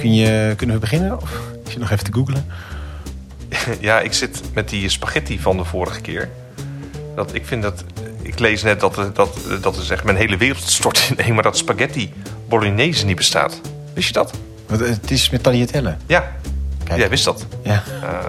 Kunnen we beginnen? Of is je nog even te googlen? Ja, ik zit met die spaghetti van de vorige keer. Ik lees net dat er zeg, mijn hele wereld stort in één, maar dat spaghetti bolognese niet bestaat. Wist je dat? Het is met tagliatelle. Ja. Kijk. Jij wist dat? Ja.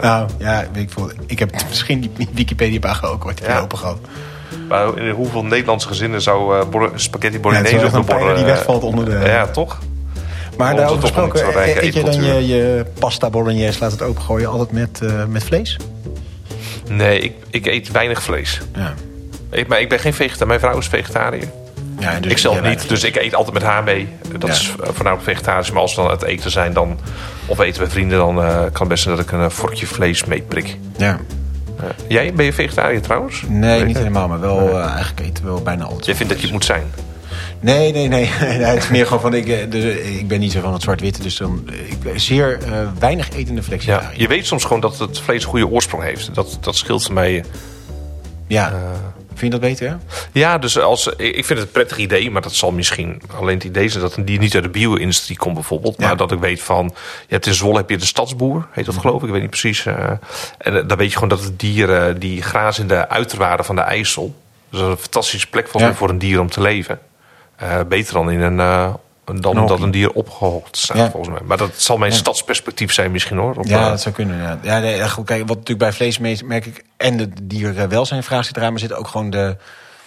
Ik heb misschien die Wikipedia-pagina ook ooit open gehad. Maar in hoeveel Nederlandse gezinnen zou spaghetti bolognese op de borden die wegvalt onder de... Ja, toch? Maar daarover gesproken, eet je dan je pasta bolognese, laat het opengooien, altijd met vlees? Nee, ik eet weinig vlees. Ja. Maar ik ben geen vegetariër. Mijn vrouw is vegetariër. Ja, dus ik zelf niet, dus ik eet altijd met haar mee. Dat is voornamelijk vegetarisch. Maar als we dan aan het eten zijn, of eten bij vrienden, dan kan het best zijn dat ik een vorkje vlees meeprik. Ja. Jij, ben je vegetariër trouwens? Nee, niet helemaal, maar wel eigenlijk eten we wel bijna altijd. Jij vindt dat je het moet zijn? Nee. Het is meer gewoon van, ik ben niet zo van het zwart-witte, dus dan zeer weinig etende flexitariër. Ja, je weet soms gewoon dat het vlees een goede oorsprong heeft. Dat scheelt voor mij. Ja. Vind je dat beter, ja? Ja, dus ik vind het een prettig idee, maar dat zal misschien alleen het idee zijn dat een dier niet uit de bio-industrie komt bijvoorbeeld. Maar dat ik weet van, je hebt in Zwolle heb je de stadsboer, heet dat geloof ik weet niet precies. En dan weet je gewoon dat het dieren die grazen in de uiterwaarden van de IJssel. Dus dat is een fantastische plek voor een dier om te leven. Beter dan dan dat een dier opgehoogd staat, volgens mij. Maar dat zal mijn stadsperspectief zijn misschien, hoor. Dat zou kunnen, ja. Goed, kijk, wat natuurlijk bij vlees merk ik, en de dierenwelzijnvraag zit eraan, maar zit ook gewoon er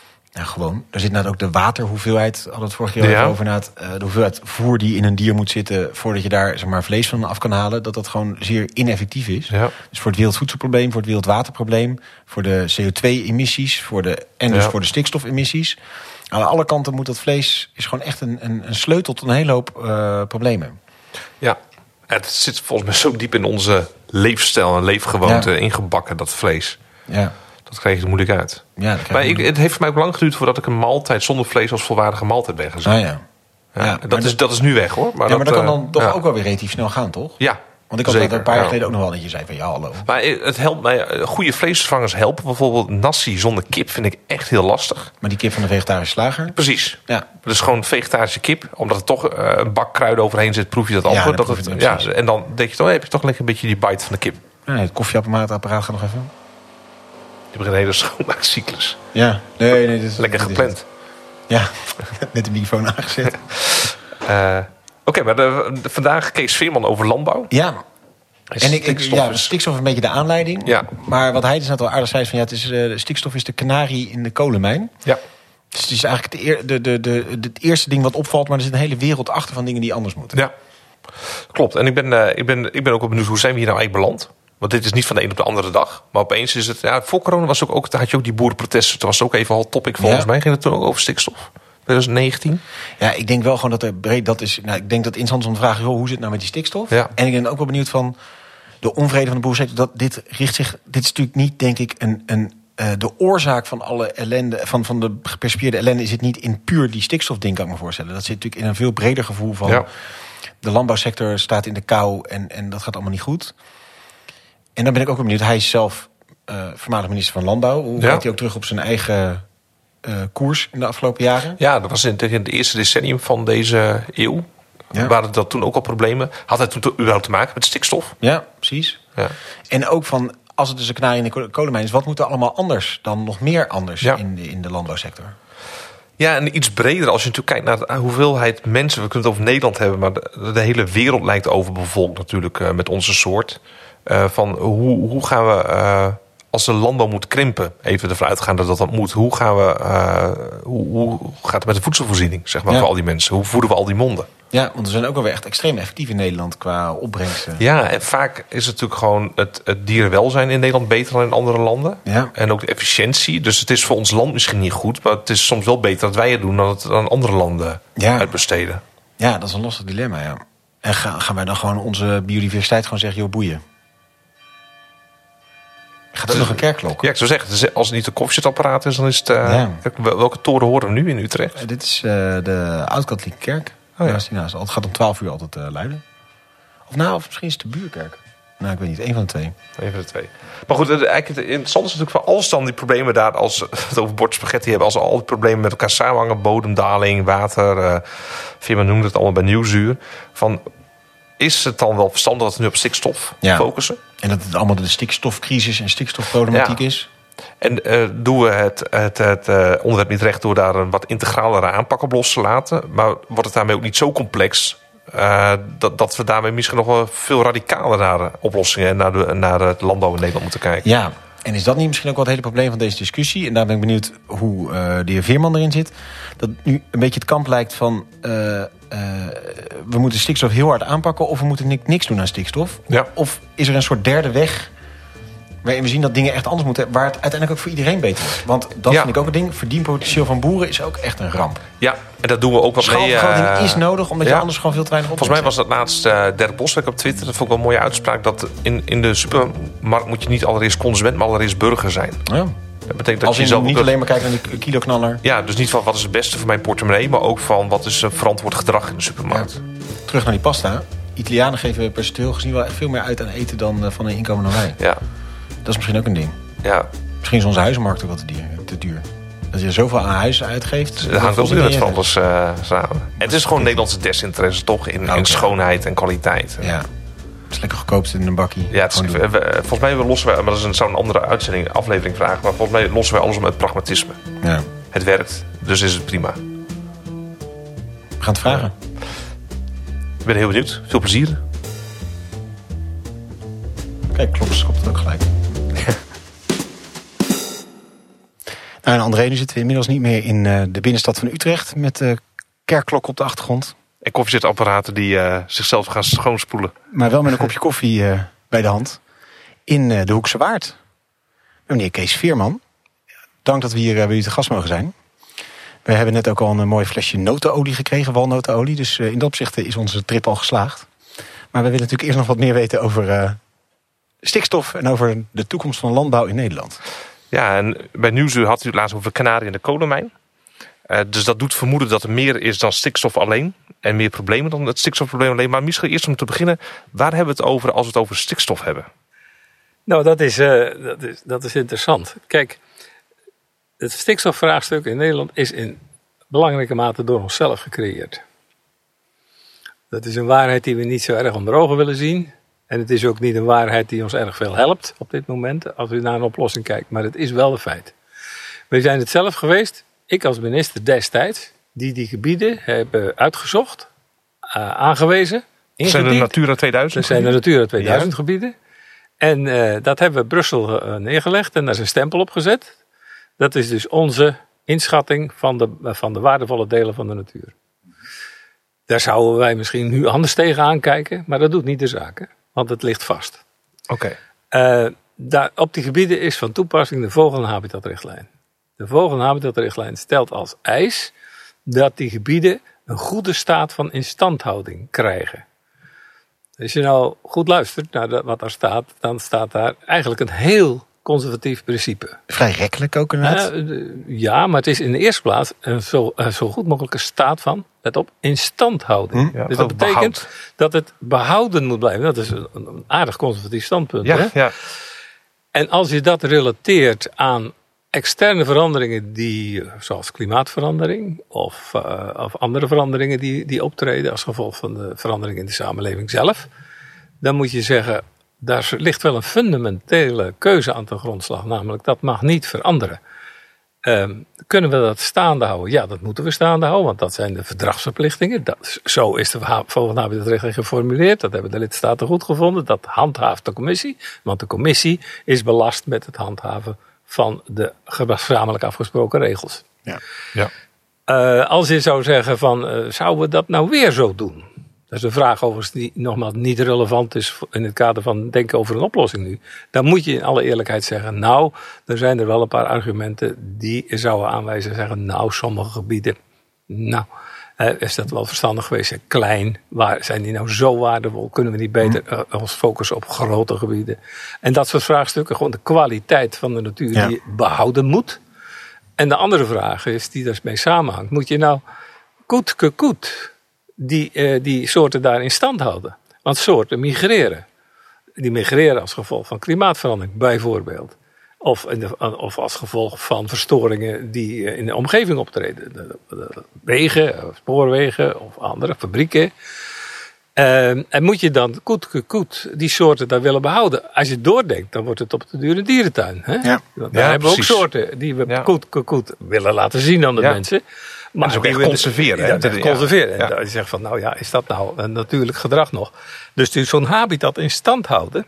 zit net ook de waterhoeveelheid, hadden we het vorige keer over, de hoeveelheid voer die in een dier moet zitten voordat je daar zeg maar vlees van af kan halen, dat gewoon zeer ineffectief is. Ja. Dus voor het wereldvoedselprobleem, voor het wereldwaterprobleem, voor de CO2-emissies, voor de stikstofemissies. Aan alle kanten moet dat vlees is gewoon echt een sleutel tot een hele hoop problemen. Ja, het zit volgens mij zo diep in onze leefstijl en leefgewoonte ingebakken, dat vlees. Ja. Dat krijg je er moeilijk uit. Ja, maar het heeft voor mij ook lang geduurd voordat ik een maaltijd zonder vlees als volwaardige maaltijd ben gezien. Dat is nu weg, hoor. Maar dat kan dan toch ook wel weer relatief snel gaan, toch? Ja. Want ik had dat een paar jaar geleden ook nog wel dat je zei van hallo. Maar het helpt mij. Goede vleesvervangers helpen. Bijvoorbeeld nasi zonder kip vind ik echt heel lastig. Maar die kip van de vegetarische slager? Precies. Ja. Dus gewoon vegetarische kip. Omdat er toch een bak kruiden overheen zit, proef je dat altijd. En dan denk je toch, heb je toch lekker een beetje die bite van de kip. Ja, het koffieapparaat gaat nog even. Je begint een hele schoonmaakcyclus. Ja. Nee. Dat is lekker gepland. Ja, met de microfoon aangezet. Oké, maar vandaag Kees Veerman over landbouw. Ja. En stikstof is een beetje de aanleiding. Ja. Maar wat hij dus net al aardig zei, van stikstof is de kanarie in de kolenmijn. Ja. Dus het is eigenlijk het eerste ding wat opvalt, maar er zit een hele wereld achter van dingen die anders moeten. Ja, klopt. En ik ben ook wel benieuwd, hoe zijn we hier nou eigenlijk beland? Want dit is niet van de een op de andere dag. Maar opeens is het... Ja, voor corona had je ook die boerenprotesten. Toen was het ook even hot topic volgens mij. Ging het toen ook over stikstof? 2019? Ja, ik denk wel gewoon dat er breed dat is. Nou, ik denk dat het interessant is om te vragen, hoe zit het nou met die stikstof? Ja. En ik ben ook wel benieuwd van de onvrede van de boerensector. Dit is natuurlijk niet, denk ik, de oorzaak van alle ellende, van de gepercipieerde ellende, is het niet in puur die stikstofding, kan ik me voorstellen. Dat zit natuurlijk in een veel breder gevoel van de landbouwsector staat in de kou en dat gaat allemaal niet goed. En dan ben ik ook wel benieuwd. Hij is zelf voormalig minister van Landbouw. Hoe kijkt hij ook terug op zijn eigen koers in de afgelopen jaren? Ja, dat was in het eerste decennium van deze eeuw. Ja. Waren dat toen ook al problemen? Had hij toen überhaupt te maken met stikstof? Ja, precies. Ja. En ook van, als het dus een kanarie in de kolenmijn is, wat moet er allemaal anders dan nog meer anders in de landbouwsector? Ja, en iets breder als je natuurlijk kijkt naar de hoeveelheid mensen. We kunnen het over Nederland hebben, maar de hele wereld lijkt overbevolkt natuurlijk met onze soort. Van hoe gaan we, als de landbouw moet krimpen, even ervan uitgaande dat moet, hoe gaat het met de voedselvoorziening, zeg maar, voor al die mensen? Hoe voeden we al die monden? Ja, want we zijn ook wel weer echt extreem effectief in Nederland qua opbrengsten. Ja, en vaak is het natuurlijk gewoon het dierenwelzijn in Nederland beter dan in andere landen. Ja. En ook de efficiëntie. Dus het is voor ons land misschien niet goed, maar het is soms wel beter dat wij het doen dan het aan andere landen uitbesteden. Ja, dat is een lastig dilemma, ja. En gaan wij dan gewoon onze biodiversiteit gewoon zeggen, joh, boeien? Gaat ook nog een kerkklok? Ja, ik zou zeggen, als het niet een koffiezetapparaat is, dan is het... Welke toren horen we nu in Utrecht? Dit is de Oud-Katholieke Kerk. Oh, ja. Het gaat om 12 uur altijd luiden. Of misschien is het de Buurkerk. Nou, ik weet niet. Een van de twee. Een van de twee. Maar goed, eigenlijk het interessante is natuurlijk van als dan die problemen daar, als we het over bord spaghetti hebben, als al die problemen met elkaar samenhangen, bodemdaling, water, Veerman noemde het allemaal bij Nieuwsuur, van is het dan wel verstandig dat we nu op stikstof focussen? En dat het allemaal de stikstofcrisis en stikstofproblematiek is? En doen we het onderwerp niet recht door daar een wat integralere aanpak op los te laten? Maar wordt het daarmee ook niet zo complex dat we daarmee misschien nog wel veel radicaler naar oplossingen en naar het landbouw in Nederland moeten kijken? Ja, en is dat niet misschien ook wel het hele probleem van deze discussie? En daar ben ik benieuwd hoe de heer Veerman erin zit. Dat nu een beetje het kamp lijkt van we moeten stikstof heel hard aanpakken of we moeten niks doen aan stikstof. Ja. Of is er een soort derde weg waarin we zien dat dingen echt anders moeten, waar het uiteindelijk ook voor iedereen beter is. Want dat vind ik ook een ding. Verdienpotentieel van boeren is ook echt een ramp. Ja, en dat doen we ook wat mee. Schaalvergroting is nodig, omdat je anders gewoon veel te weinig opneemt. Volgens mij was dat laatst Dirk Boswijk op Twitter. Dat vond ik wel een mooie uitspraak. Dat in de supermarkt moet je niet allereerst consument, maar allereerst burger zijn. Ja. Dat betekent dat als je zelf niet alleen maar kijkt naar de kiloknaller. Ja, dus niet van wat is het beste voor mijn portemonnee, maar ook van wat is verantwoord gedrag in de supermarkt. Ja. Terug naar die pasta. Italianen geven percentueel gezien wel echt veel meer uit aan eten dan van hun inkomen dan wij. Ja. Dat is misschien ook een ding. Ja. Misschien is onze huizenmarkt ook wel te duur. Dat je zoveel aan huis uitgeeft. Dat hangt ook weer met alles samen. Het is gewoon Nederlandse desinteresse toch in schoonheid en kwaliteit. Ja. Het is lekker gekoopt in een bakkie. Ja, volgens mij lossen wij, maar dat zou een andere aflevering vragen. Maar volgens mij lossen wij alles met pragmatisme. Ja. Het werkt, dus is het prima. We gaan het vragen. Ik ben heel benieuwd. Veel plezier. Kijk, klok schopt het ook gelijk. Nou, en André, nu zitten we inmiddels niet meer in de binnenstad van Utrecht met de kerkklok op de achtergrond. En koffiezetapparaten die zichzelf gaan schoonspoelen. Maar wel met een kopje koffie bij de hand. In de Hoekse Waard. Meneer Kees Veerman. Dank dat we hier bij u te gast mogen zijn. We hebben net ook al een mooi flesje notenolie gekregen, walnotenolie. Dus in dat opzicht is onze trip al geslaagd. Maar we willen natuurlijk eerst nog wat meer weten over stikstof en over de toekomst van landbouw in Nederland. Ja, en bij Nieuwsuur had u het laatst over Canarie en de kolenmijn. Dus dat doet vermoeden dat er meer is dan stikstof alleen. En meer problemen dan het stikstofprobleem alleen. Maar misschien eerst om te beginnen, waar hebben we het over als we het over stikstof hebben? Nou, dat is interessant. Kijk, het stikstofvraagstuk in Nederland is in belangrijke mate door onszelf gecreëerd. Dat is een waarheid die we niet zo erg onder ogen willen zien. En het is ook niet een waarheid die ons erg veel helpt op dit moment, als u naar een oplossing kijkt. Maar het is wel een feit. We zijn het zelf geweest, ik als minister destijds, die gebieden hebben uitgezocht, aangewezen, ingediend. Dat zijn de Natura 2000? Dat zijn de Natura 2000 gebieden. En dat hebben we Brussel neergelegd en daar is een stempel op gezet. Dat is dus onze inschatting van de waardevolle delen van de natuur. Daar zouden wij misschien nu anders tegenaan kijken, maar dat doet niet de zaak. Want het ligt vast. Oké. Op die gebieden is van toepassing de vogel- en habitatrichtlijn. De vogel- en habitatrichtlijn stelt als eis dat die gebieden een goede staat van instandhouding krijgen. Als je nou goed luistert naar wat daar staat, dan staat daar eigenlijk een heel conservatief principe. Vrij rekkelijk ook inderdaad. Ja, maar het is in de eerste plaats een zo goed mogelijke staat van, let op, instandhouding. Ja, dus dat betekent dat het behouden moet blijven. Dat is een aardig conservatief standpunt. Ja, hè? ja. En als je dat relateert aan externe veranderingen zoals klimaatverandering of andere veranderingen die optreden als gevolg van de verandering in de samenleving zelf, dan moet je zeggen, daar ligt wel een fundamentele keuze aan ten grondslag, namelijk dat mag niet veranderen. Kunnen we dat staande houden? Ja, dat moeten we staande houden, want dat zijn de verdragsverplichtingen. Zo is de vogel- en habitatrichtlijn geformuleerd. Dat hebben de lidstaten goed gevonden. Dat handhaaft de commissie, want de commissie is belast met het handhaven van de gezamenlijk afgesproken regels. Ja. Ja. Als je zou zeggen van, zouden we dat nou weer zo doen? Dat is een vraag overigens die nogmaals niet relevant is in het kader van denken over een oplossing nu. Dan moet je in alle eerlijkheid zeggen, nou, er zijn er wel een paar argumenten die zouden aanwijzen en zeggen, nou, sommige gebieden, nou, is dat wel verstandig geweest? Klein, zijn die nou zo waardevol? Kunnen we niet beter ons focussen op grote gebieden? En dat soort vraagstukken, gewoon de kwaliteit van de natuur die behouden moet. En de andere vraag is, die daarmee samenhangt, moet je nou koet die soorten daar in stand houden? Want soorten migreren. Die migreren als gevolg van klimaatverandering, bijvoorbeeld. Of als gevolg van verstoringen die in de omgeving optreden. De wegen, spoorwegen of andere fabrieken. En moet je dan die soorten daar willen behouden? Als je doordenkt, dan wordt het op de duur een dierentuin. Hè? Ja. Want daar hebben we ook soorten die we willen laten zien aan de mensen. Maar dat is ook echt conserveren. Conserveren. En je zegt van, is dat nou een natuurlijk gedrag nog? Dus zo'n habitat in stand houden,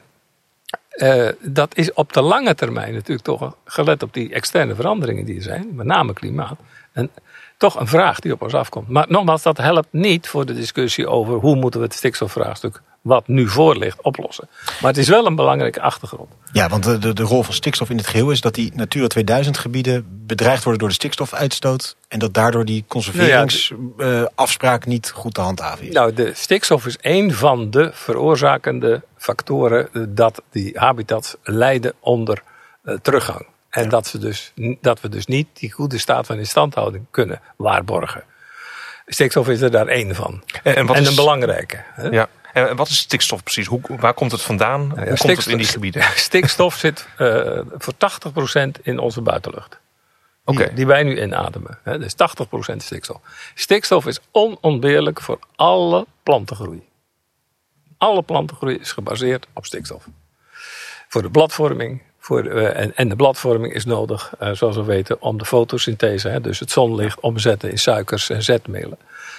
dat is op de lange termijn natuurlijk toch, gelet op die externe veranderingen die er zijn, met name klimaat, en toch een vraag die op ons afkomt. Maar nogmaals, dat helpt niet voor de discussie over hoe moeten we het stikstofvraagstuk wat nu voor ligt oplossen. Maar het is wel een belangrijke achtergrond. Ja, want de rol van stikstof in het geheel is dat die Natura 2000 gebieden bedreigd worden door de stikstofuitstoot en dat daardoor die conserveringsafspraak niet goed te handhaven is. Nou, de stikstof is één van de veroorzakende factoren dat die habitats lijden onder teruggang. En dat we dus niet die goede staat van instandhouding kunnen waarborgen. Stikstof is er daar één van. En een belangrijke. Hè? Ja. En wat is stikstof precies? Waar komt het vandaan? Hoe komt het in die gebieden? Stikstof zit voor 80% in onze buitenlucht. Die wij nu inademen. Hè? Dus 80% stikstof. Stikstof is onontbeerlijk voor alle plantengroei. Alle plantengroei is gebaseerd op stikstof. Voor de bladvorming. En de bladvorming is nodig, zoals we weten, om de fotosynthese, dus het zonlicht, omzetten in suikers en zetmelen.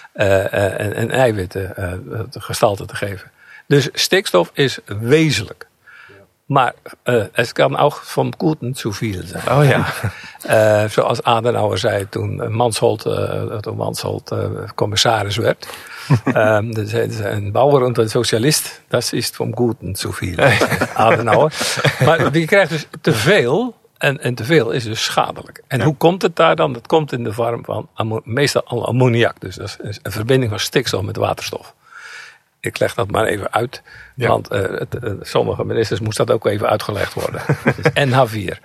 En eiwitten gestalte te geven. Dus stikstof is wezenlijk. Maar het kan ook van guten zu veel zijn. Oh ja. Zoals Adenauer zei toen Mansholt commissaris werd. Een Bauer en een socialist, dat is van guten zu veel. Adenauer. Maar je krijgt dus te veel. En te veel is dus schadelijk. En hoe komt het daar dan? Dat komt in de vorm van meestal ammoniak. Dus dat is een verbinding van stikstof met waterstof. Ik leg dat maar even uit. Ja. Want sommige ministers moest dat ook even uitgelegd worden. Dus NH4.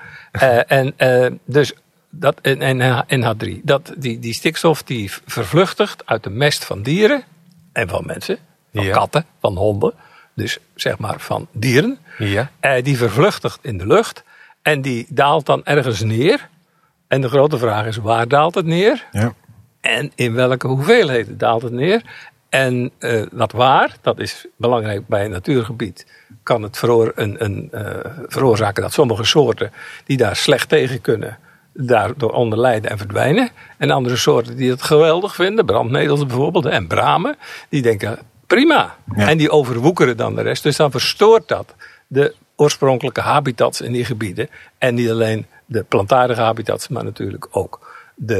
Dus dat NH3. Die stikstof die vervluchtigt uit de mest van dieren en van mensen. Van katten, van honden. Dus zeg maar van dieren. Ja. Die vervluchtigt in de lucht. En die daalt dan ergens neer. En de grote vraag is, waar daalt het neer? Ja. En in welke hoeveelheden daalt het neer? En dat is belangrijk bij een natuurgebied, kan het veroorzaken dat sommige soorten die daar slecht tegen kunnen, daardoor onder lijden en verdwijnen. En andere soorten die het geweldig vinden, brandnetels bijvoorbeeld en bramen, die denken prima. Ja. En die overwoekeren dan de rest. Dus dan verstoort dat de oorspronkelijke habitats in die gebieden. En niet alleen de plantaardige habitats, maar natuurlijk ook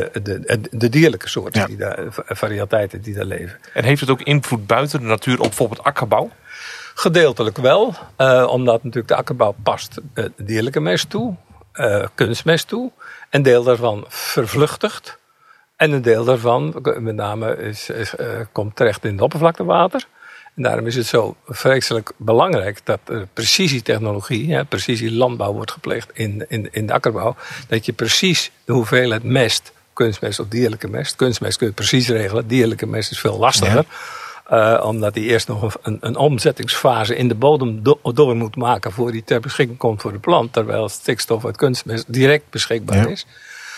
de dierlijke soorten, variëteiten die daar leven. En heeft het ook invloed buiten de natuur op bijvoorbeeld akkerbouw? Gedeeltelijk wel, omdat natuurlijk de akkerbouw past dierlijke mest toe, kunstmest toe. Een deel daarvan vervluchtigt. En een deel daarvan, met name, komt terecht in het oppervlaktewater. En daarom is het zo vreselijk belangrijk dat er precisietechnologie, precisielandbouw wordt gepleegd in de akkerbouw. Dat je precies de hoeveelheid mest, kunstmest of dierlijke mest. Kunstmest kun je precies regelen, dierlijke mest is veel lastiger. Ja. Omdat die eerst nog een omzettingsfase in de bodem door moet maken voor die ter beschikking komt voor de plant. Terwijl stikstof uit kunstmest direct beschikbaar is.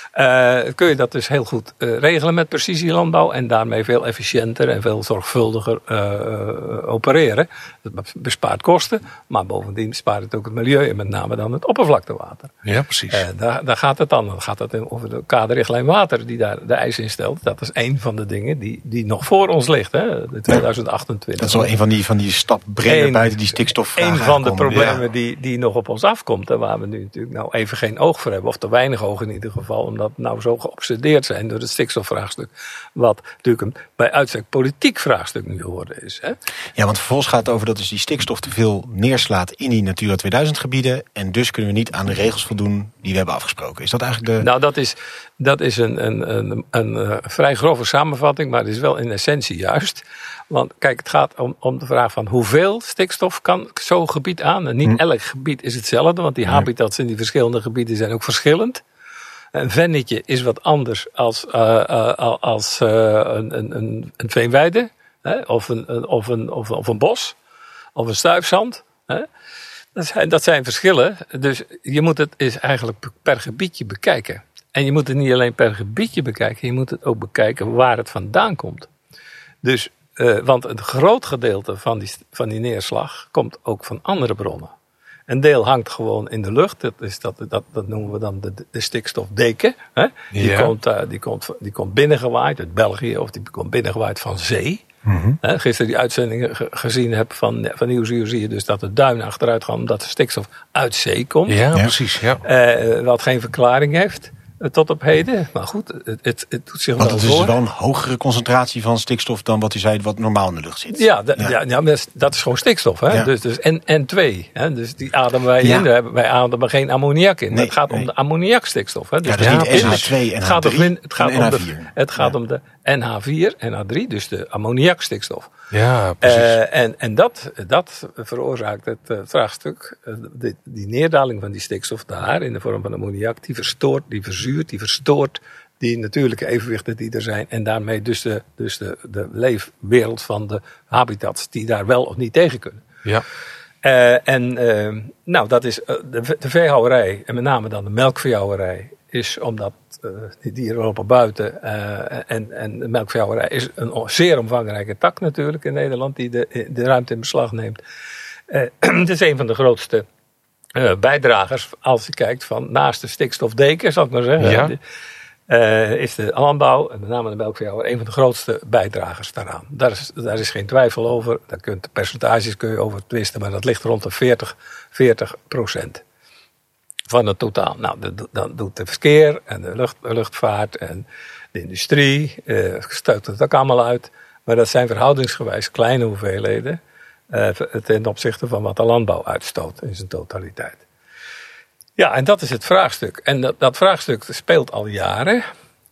Kun je dat dus heel goed regelen met precisielandbouw en daarmee veel efficiënter en veel zorgvuldiger opereren. Dat bespaart kosten, maar bovendien bespaart het ook het milieu en met name dan het oppervlaktewater. Ja, precies. Daar gaat het dan. Dan gaat het over de kaderrichtlijn water die daar de eisen in stelt. Dat is één van de dingen die nog voor ons ligt, de 2028. Dat is wel een van die stap breder buiten die stikstofvragen. Een van de problemen die nog op ons afkomt en waar we nu natuurlijk even geen oog voor hebben, of te weinig oog in ieder geval, omdat we nou zo geobsedeerd zijn door het stikstofvraagstuk. Wat natuurlijk een bij uitstek politiek vraagstuk nu geworden is. Hè? Ja, want vervolgens gaat het over dat dus die stikstof te veel neerslaat in die Natura 2000 gebieden. En dus kunnen we niet aan de regels voldoen die we hebben afgesproken. Is dat eigenlijk de... Nou, dat is een vrij grove samenvatting, maar het is wel in essentie juist. Want kijk, het gaat om de vraag van hoeveel stikstof kan zo'n gebied aan. En niet elk gebied is hetzelfde, want die habitats in die verschillende gebieden zijn ook verschillend. Een vennetje is wat anders als een veenweide, hè? Of een bos, of een stuifzand. Hè? Dat zijn verschillen. Dus je moet het is eigenlijk per gebiedje bekijken. En je moet het niet alleen per gebiedje bekijken, je moet het ook bekijken waar het vandaan komt. Dus Want een groot gedeelte van die neerslag komt ook van andere bronnen. Een deel hangt gewoon in de lucht. Dat noemen we dan de stikstofdeken. Hè? Die komt binnengewaaid uit België of die komt binnengewaaid van zee. Mm-hmm. Gisteren die uitzendingen gezien heb van Nieuwsuur, zie je dus dat de duinen achteruit gaan omdat de stikstof uit zee komt. Ja, precies. Ja. Wat geen verklaring heeft tot op heden. Maar goed, het doet zich wel voor. Want het is wel een hogere concentratie van stikstof dan wat u zei, wat normaal in de lucht zit. Ja, dat is gewoon stikstof. Hè? Ja. Dus N2. Hè? Dus die ademen wij in. Wij ademen geen ammoniak in. Nee, het gaat om de ammoniakstikstof. Hè? Dus dus niet NH2 en H3. Het gaat om de NH4 en H3, dus de ammoniakstikstof. Ja, precies. En dat veroorzaakt het vraagstuk. Die neerdaling van die stikstof daar in de vorm van ammoniak, die verstoort, die verzuurt, die verstoort die natuurlijke evenwichten die er zijn. En daarmee dus de leefwereld van de habitats die daar wel of niet tegen kunnen. Ja. Dat is de veehouwerij en met name dan de melkveehouwerij is omdat die dieren lopen buiten. En de melkveehouwerij is een zeer omvangrijke tak natuurlijk in Nederland die de ruimte in beslag neemt. Het is een van de grootste bijdragers als je kijkt van naast de stikstofdeken, zal ik maar zeggen. Ja. Is de landbouw, en met name de melkveehouder, een van de grootste bijdragers daaraan. Daar is geen twijfel over. De percentages kun je over twisten, maar dat ligt rond de 40% van het totaal. Nou, dan doet het verkeer en de luchtvaart en de industrie, stuit het ook allemaal uit. Maar dat zijn verhoudingsgewijs kleine hoeveelheden ten opzichte van wat de landbouw uitstoot in zijn totaliteit. Ja, en dat is het vraagstuk. En dat vraagstuk speelt al jaren.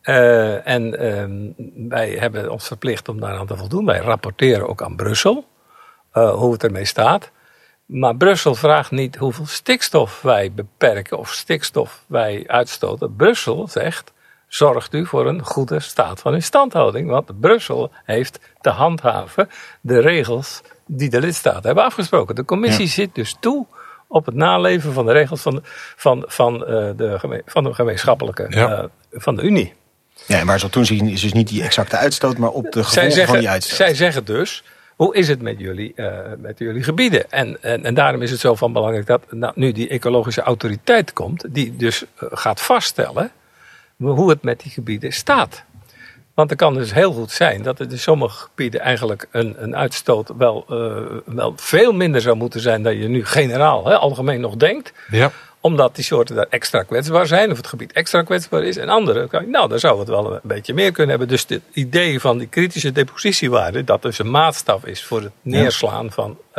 Wij hebben ons verplicht om daaraan te voldoen. Wij rapporteren ook aan Brussel hoe het ermee staat. Maar Brussel vraagt niet hoeveel stikstof wij beperken of stikstof wij uitstoten. Brussel zegt, zorgt u voor een goede staat van instandhouding. Want Brussel heeft te handhaven de regels die de lidstaten hebben afgesproken. De commissie zit dus toe op het naleven van de regels van de gemeenschappelijke, van de Unie. Ja, en waar ze al toen zien is dus niet die exacte uitstoot, maar op de gevolgen van die uitstoot. Zij zeggen dus, hoe is het met jullie gebieden? En daarom is het zo van belangrijk dat nu die ecologische autoriteit komt, die dus gaat vaststellen hoe het met die gebieden staat. Want het kan dus heel goed zijn dat er in sommige gebieden eigenlijk een uitstoot wel veel minder zou moeten zijn dan je nu generaal, algemeen nog denkt. Ja. Omdat die soorten daar extra kwetsbaar zijn of het gebied extra kwetsbaar is. En andere, daar zou het wel een beetje meer kunnen hebben. Dus het idee van die kritische depositiewaarde, dat dus een maatstaf is voor het neerslaan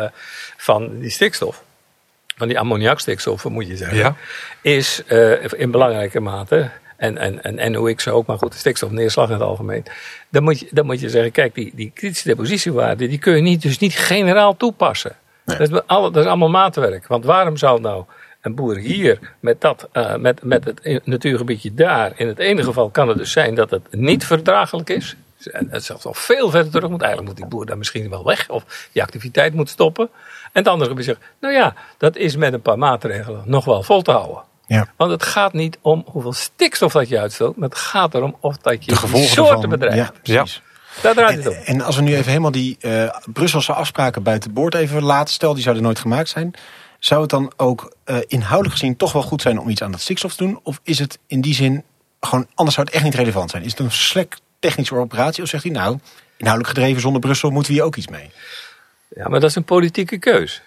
van die stikstof. Van die ammoniakstikstof, moet je zeggen. Is in belangrijke mate. En NOx ook, maar goed, de stikstofneerslag in het algemeen. Dan moet je zeggen, kijk, die kritische depositiewaarde, die kun je dus niet generaal toepassen. Nee. Dat is allemaal maatwerk. Want waarom zou nou een boer hier met het natuurgebiedje daar, in het ene geval kan het dus zijn dat het niet verdraaglijk is. En het zelfs al veel verder terug moet. Eigenlijk moet die boer daar misschien wel weg of die activiteit moet stoppen. En het andere gebied zegt, dat is met een paar maatregelen nog wel vol te houden. Ja. Want het gaat niet om hoeveel stikstof dat je uitstoot, maar het gaat erom of dat je die soorten bedrijft. Ja, precies. Daar draait het om. En als we nu even helemaal die Brusselse afspraken buiten boord even laten, stel die zouden nooit gemaakt zijn, zou het dan ook inhoudelijk gezien toch wel goed zijn om iets aan dat stikstof te doen? Of is het in die zin gewoon, anders zou het echt niet relevant zijn? Is het een slecht technische operatie of zegt hij inhoudelijk gedreven zonder Brussel moeten we hier ook iets mee? Ja, maar dat is een politieke keus.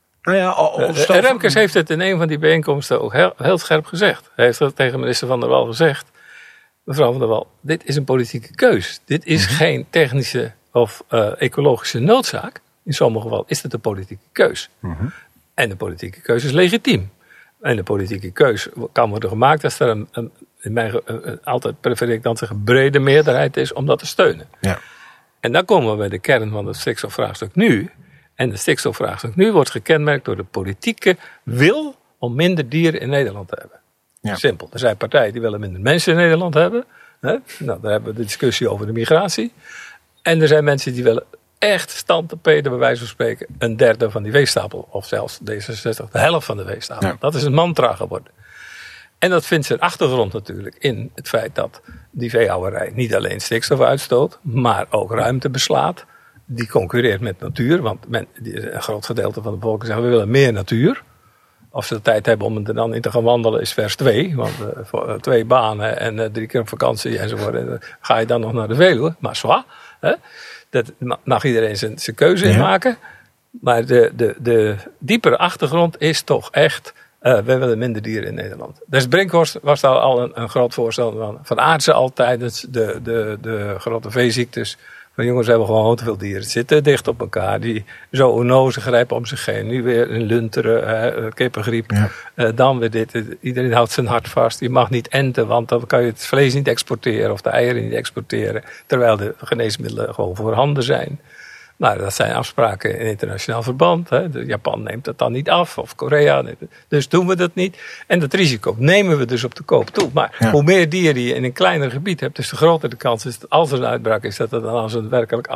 Remkes heeft het in een van die bijeenkomsten ook heel scherp gezegd. Hij heeft het tegen minister Van der Wal gezegd. Mevrouw Van der Wal, dit is een politieke keus. Dit is geen technische of ecologische noodzaak. In sommige gevallen is het een politieke keus. En de politieke keus is legitiem. En de politieke keus kan worden gemaakt als er altijd prefereer ik dan zeggen, brede meerderheid is om dat te steunen. Ja. En dan komen we bij de kern van het stikstofvraagstuk nu. En het stikstofvraagstuk nu wordt gekenmerkt door de politieke wil om minder dieren in Nederland te hebben. Ja. Simpel. Er zijn partijen die willen minder mensen in Nederland hebben. Hè? Nou, daar hebben we de discussie over de migratie. En er zijn mensen die willen echt standtapeden, bij wijze van spreken, een derde van die veestapel. Of zelfs D66, de helft van de veestapel. Ja. Dat is een mantra geworden. En dat vindt zijn achtergrond natuurlijk in het feit dat die veehouwerij niet alleen stikstof uitstoot, maar ook ruimte beslaat. die concurreert met natuur. Want een groot gedeelte van de bevolking zegt, we willen meer natuur. Of ze de tijd hebben om er dan in te gaan wandelen is vers 2. Want 2 banen en 3 keer op vakantie enzovoort. En ga je dan nog naar de Veluwe. Maar zwaar. Dat mag iedereen zijn keuze in maken. Maar de diepere achtergrond is toch echt... we willen minder dieren in Nederland. Dus Brinkhorst was daar al een groot voorstel van. Van Aartsen al tijdens de grote veeziektes. Maar jongens, we hebben gewoon te veel dieren. Ze zitten dicht op elkaar. Die zoonozen grijpen om zich heen. Nu weer een lunteren, kippengriep. Ja. Dan weer dit. Iedereen houdt zijn hart vast. Je mag niet enten, want dan kan je het vlees niet exporteren. Of de eieren niet exporteren. Terwijl de geneesmiddelen gewoon voorhanden zijn. Nou, dat zijn afspraken in internationaal verband. Japan neemt dat dan niet af. Of Korea. Dus doen we dat niet. En dat risico nemen we dus op de koop toe. Maar hoe meer dieren je in een kleiner gebied hebt, dus de groter de kans is dat als er een uitbraak is, dat het dan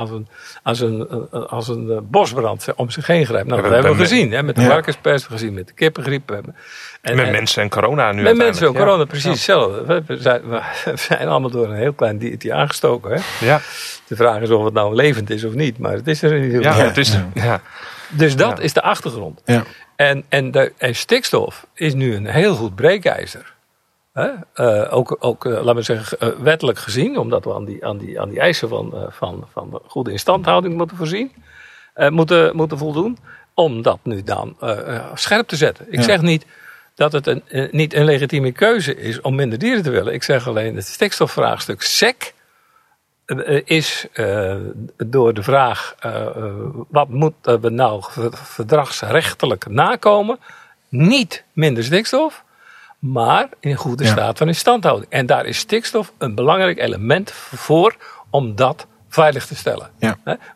als een bosbrand om zich heen grijpt. Nou, dat hebben we gezien. Met de varkenspest, we gezien met de kippengriep. Met mensen en corona nu. Met mensen en corona, precies hetzelfde. We zijn allemaal door een heel klein diertje aangestoken. Hè? Ja. De vraag is of het nou levend is of niet, maar het is er in ieder geval. Het is er. Dus dat is de achtergrond. Ja. En stikstof is nu een heel goed breekijzer. Ook laten we zeggen, wettelijk gezien, omdat we aan die eisen van de goede instandhouding moeten voorzien, moeten voldoen, om dat nu dan scherp te zetten. Ik zeg niet dat het niet een legitieme keuze is om minder dieren te willen. Ik zeg alleen, het stikstofvraagstuk SEC is door de vraag, wat moeten we nou verdragsrechtelijk nakomen? Niet minder stikstof, maar in goede staat van instandhouding. En daar is stikstof een belangrijk element voor om dat veilig te stellen. Ja.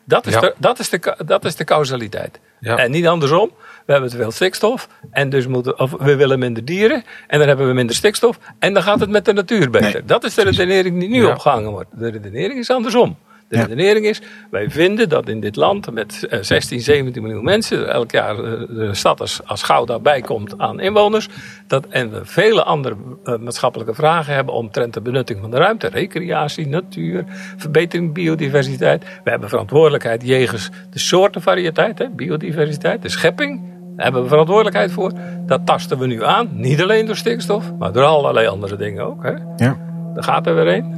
Dat is de causaliteit. Ja. En niet andersom. We hebben te veel stikstof en dus we willen minder dieren en dan hebben we minder stikstof en dan gaat het met de natuur beter. Nee. Dat is de redenering die nu opgehangen wordt. De redenering is andersom. De redenering is, wij vinden dat in dit land met 16, 17 miljoen mensen, elk jaar de stad als Gouda bijkomt aan inwoners, en we vele andere maatschappelijke vragen hebben omtrent de benutting van de ruimte, recreatie, natuur, verbetering biodiversiteit. We hebben verantwoordelijkheid jegens de soortenvariëteit, biodiversiteit, de schepping. Daar hebben we verantwoordelijkheid voor. Dat tasten we nu aan, niet alleen door stikstof, maar door allerlei andere dingen ook. Hè? Ja. Daar gaat er weer een.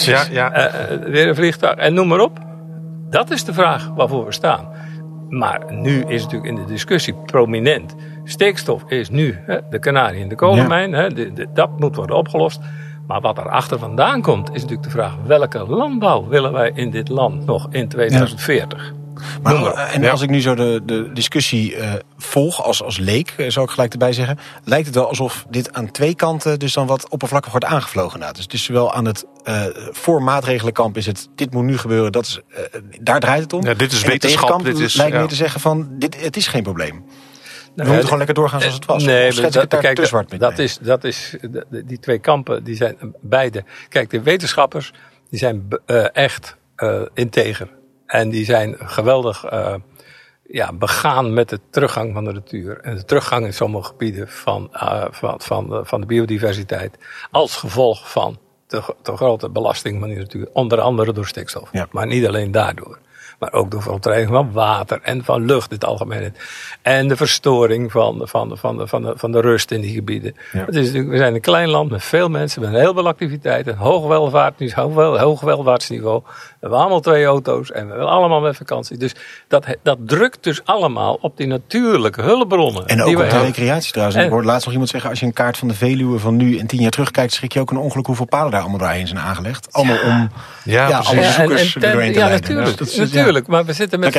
Weer een vliegtuig en noem maar op. Dat is de vraag waarvoor we staan. Maar nu is natuurlijk in de discussie prominent. Stikstof is nu de kanarie in de kolenmijn. Dat moet worden opgelost. Maar wat er achter vandaan komt is natuurlijk de vraag, welke landbouw willen wij in dit land nog in 2040? Maar als ik nu zo de discussie volg als leek, zou ik gelijk erbij zeggen, lijkt het wel alsof dit aan 2 kanten dus dan wat oppervlakkig wordt aangevlogen. Dus het is zowel aan het voor maatregelenkamp is het, dit moet nu gebeuren, dat is, daar draait het om. Ja, dit is wetenschap. Dit is, lijkt meer te zeggen van, het is geen probleem. We moeten gewoon lekker doorgaan zoals het was. Nee, die 2 kampen, die zijn beide. Kijk, de wetenschappers, die zijn echt integer. En die zijn geweldig begaan met de teruggang van de natuur. En de teruggang in sommige gebieden van de biodiversiteit. Als gevolg van de grote belasting van die natuur. Onder andere door stikstof. Ja. Maar niet alleen daardoor. Maar ook door verontreiniging van water en van lucht in het algemeen. En de verstoring van de rust in die gebieden. Ja. We zijn een klein land met veel mensen, met heel veel activiteit. Een hoog welvaartsniveau. We hebben allemaal 2 auto's en we willen allemaal met vakantie. Dus dat drukt dus allemaal op die natuurlijke hulpbronnen. En ook op de recreatie trouwens. Ik hoorde laatst nog iemand zeggen, als je een kaart van de Veluwe van nu en 10 jaar terugkijkt, schrik je ook een ongeluk hoeveel palen daar allemaal doorheen zijn aangelegd. Allemaal om alle bezoekers doorheen te leiden. Natuurlijk, maar we zitten met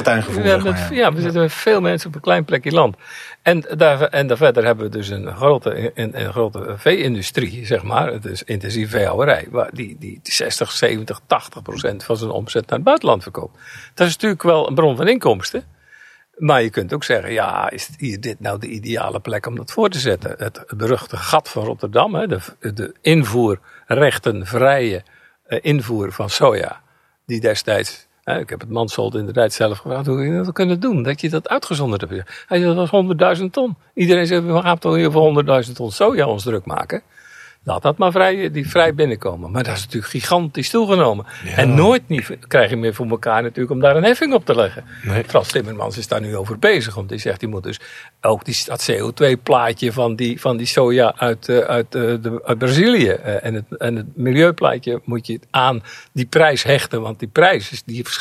veel mensen op een klein plekje land. En verder hebben we dus een grote vee-industrie, zeg maar. Het is intensief veehouderij, waar die 60, 70, 80% van zijn omzet naar het buitenland verkoopt. Dat is natuurlijk wel een bron van inkomsten. Maar je kunt ook zeggen, is hier dit nou de ideale plek om dat voor te zetten? Het beruchte gat van Rotterdam, de invoerrechtenvrije invoer van soja, die destijds... Ik heb het Mansholt inderdaad zelf gevraagd hoe je dat kunnen doen. Dat je dat uitgezonderd hebt. Hij zei, dat was 100.000 ton. Iedereen zegt, we gaan toch hier voor 100.000 ton soja ons druk maken. Laat dat maar vrij binnenkomen. Maar dat is natuurlijk gigantisch toegenomen. Ja. En nooit krijg je meer voor elkaar natuurlijk om daar een heffing op te leggen. Nee. Frans Timmermans is daar nu over bezig. Want die zegt, die moet dus ook dat CO2-plaatje van die soja uit Brazilië. En het milieuplaatje moet je aan die prijs hechten. Want die prijs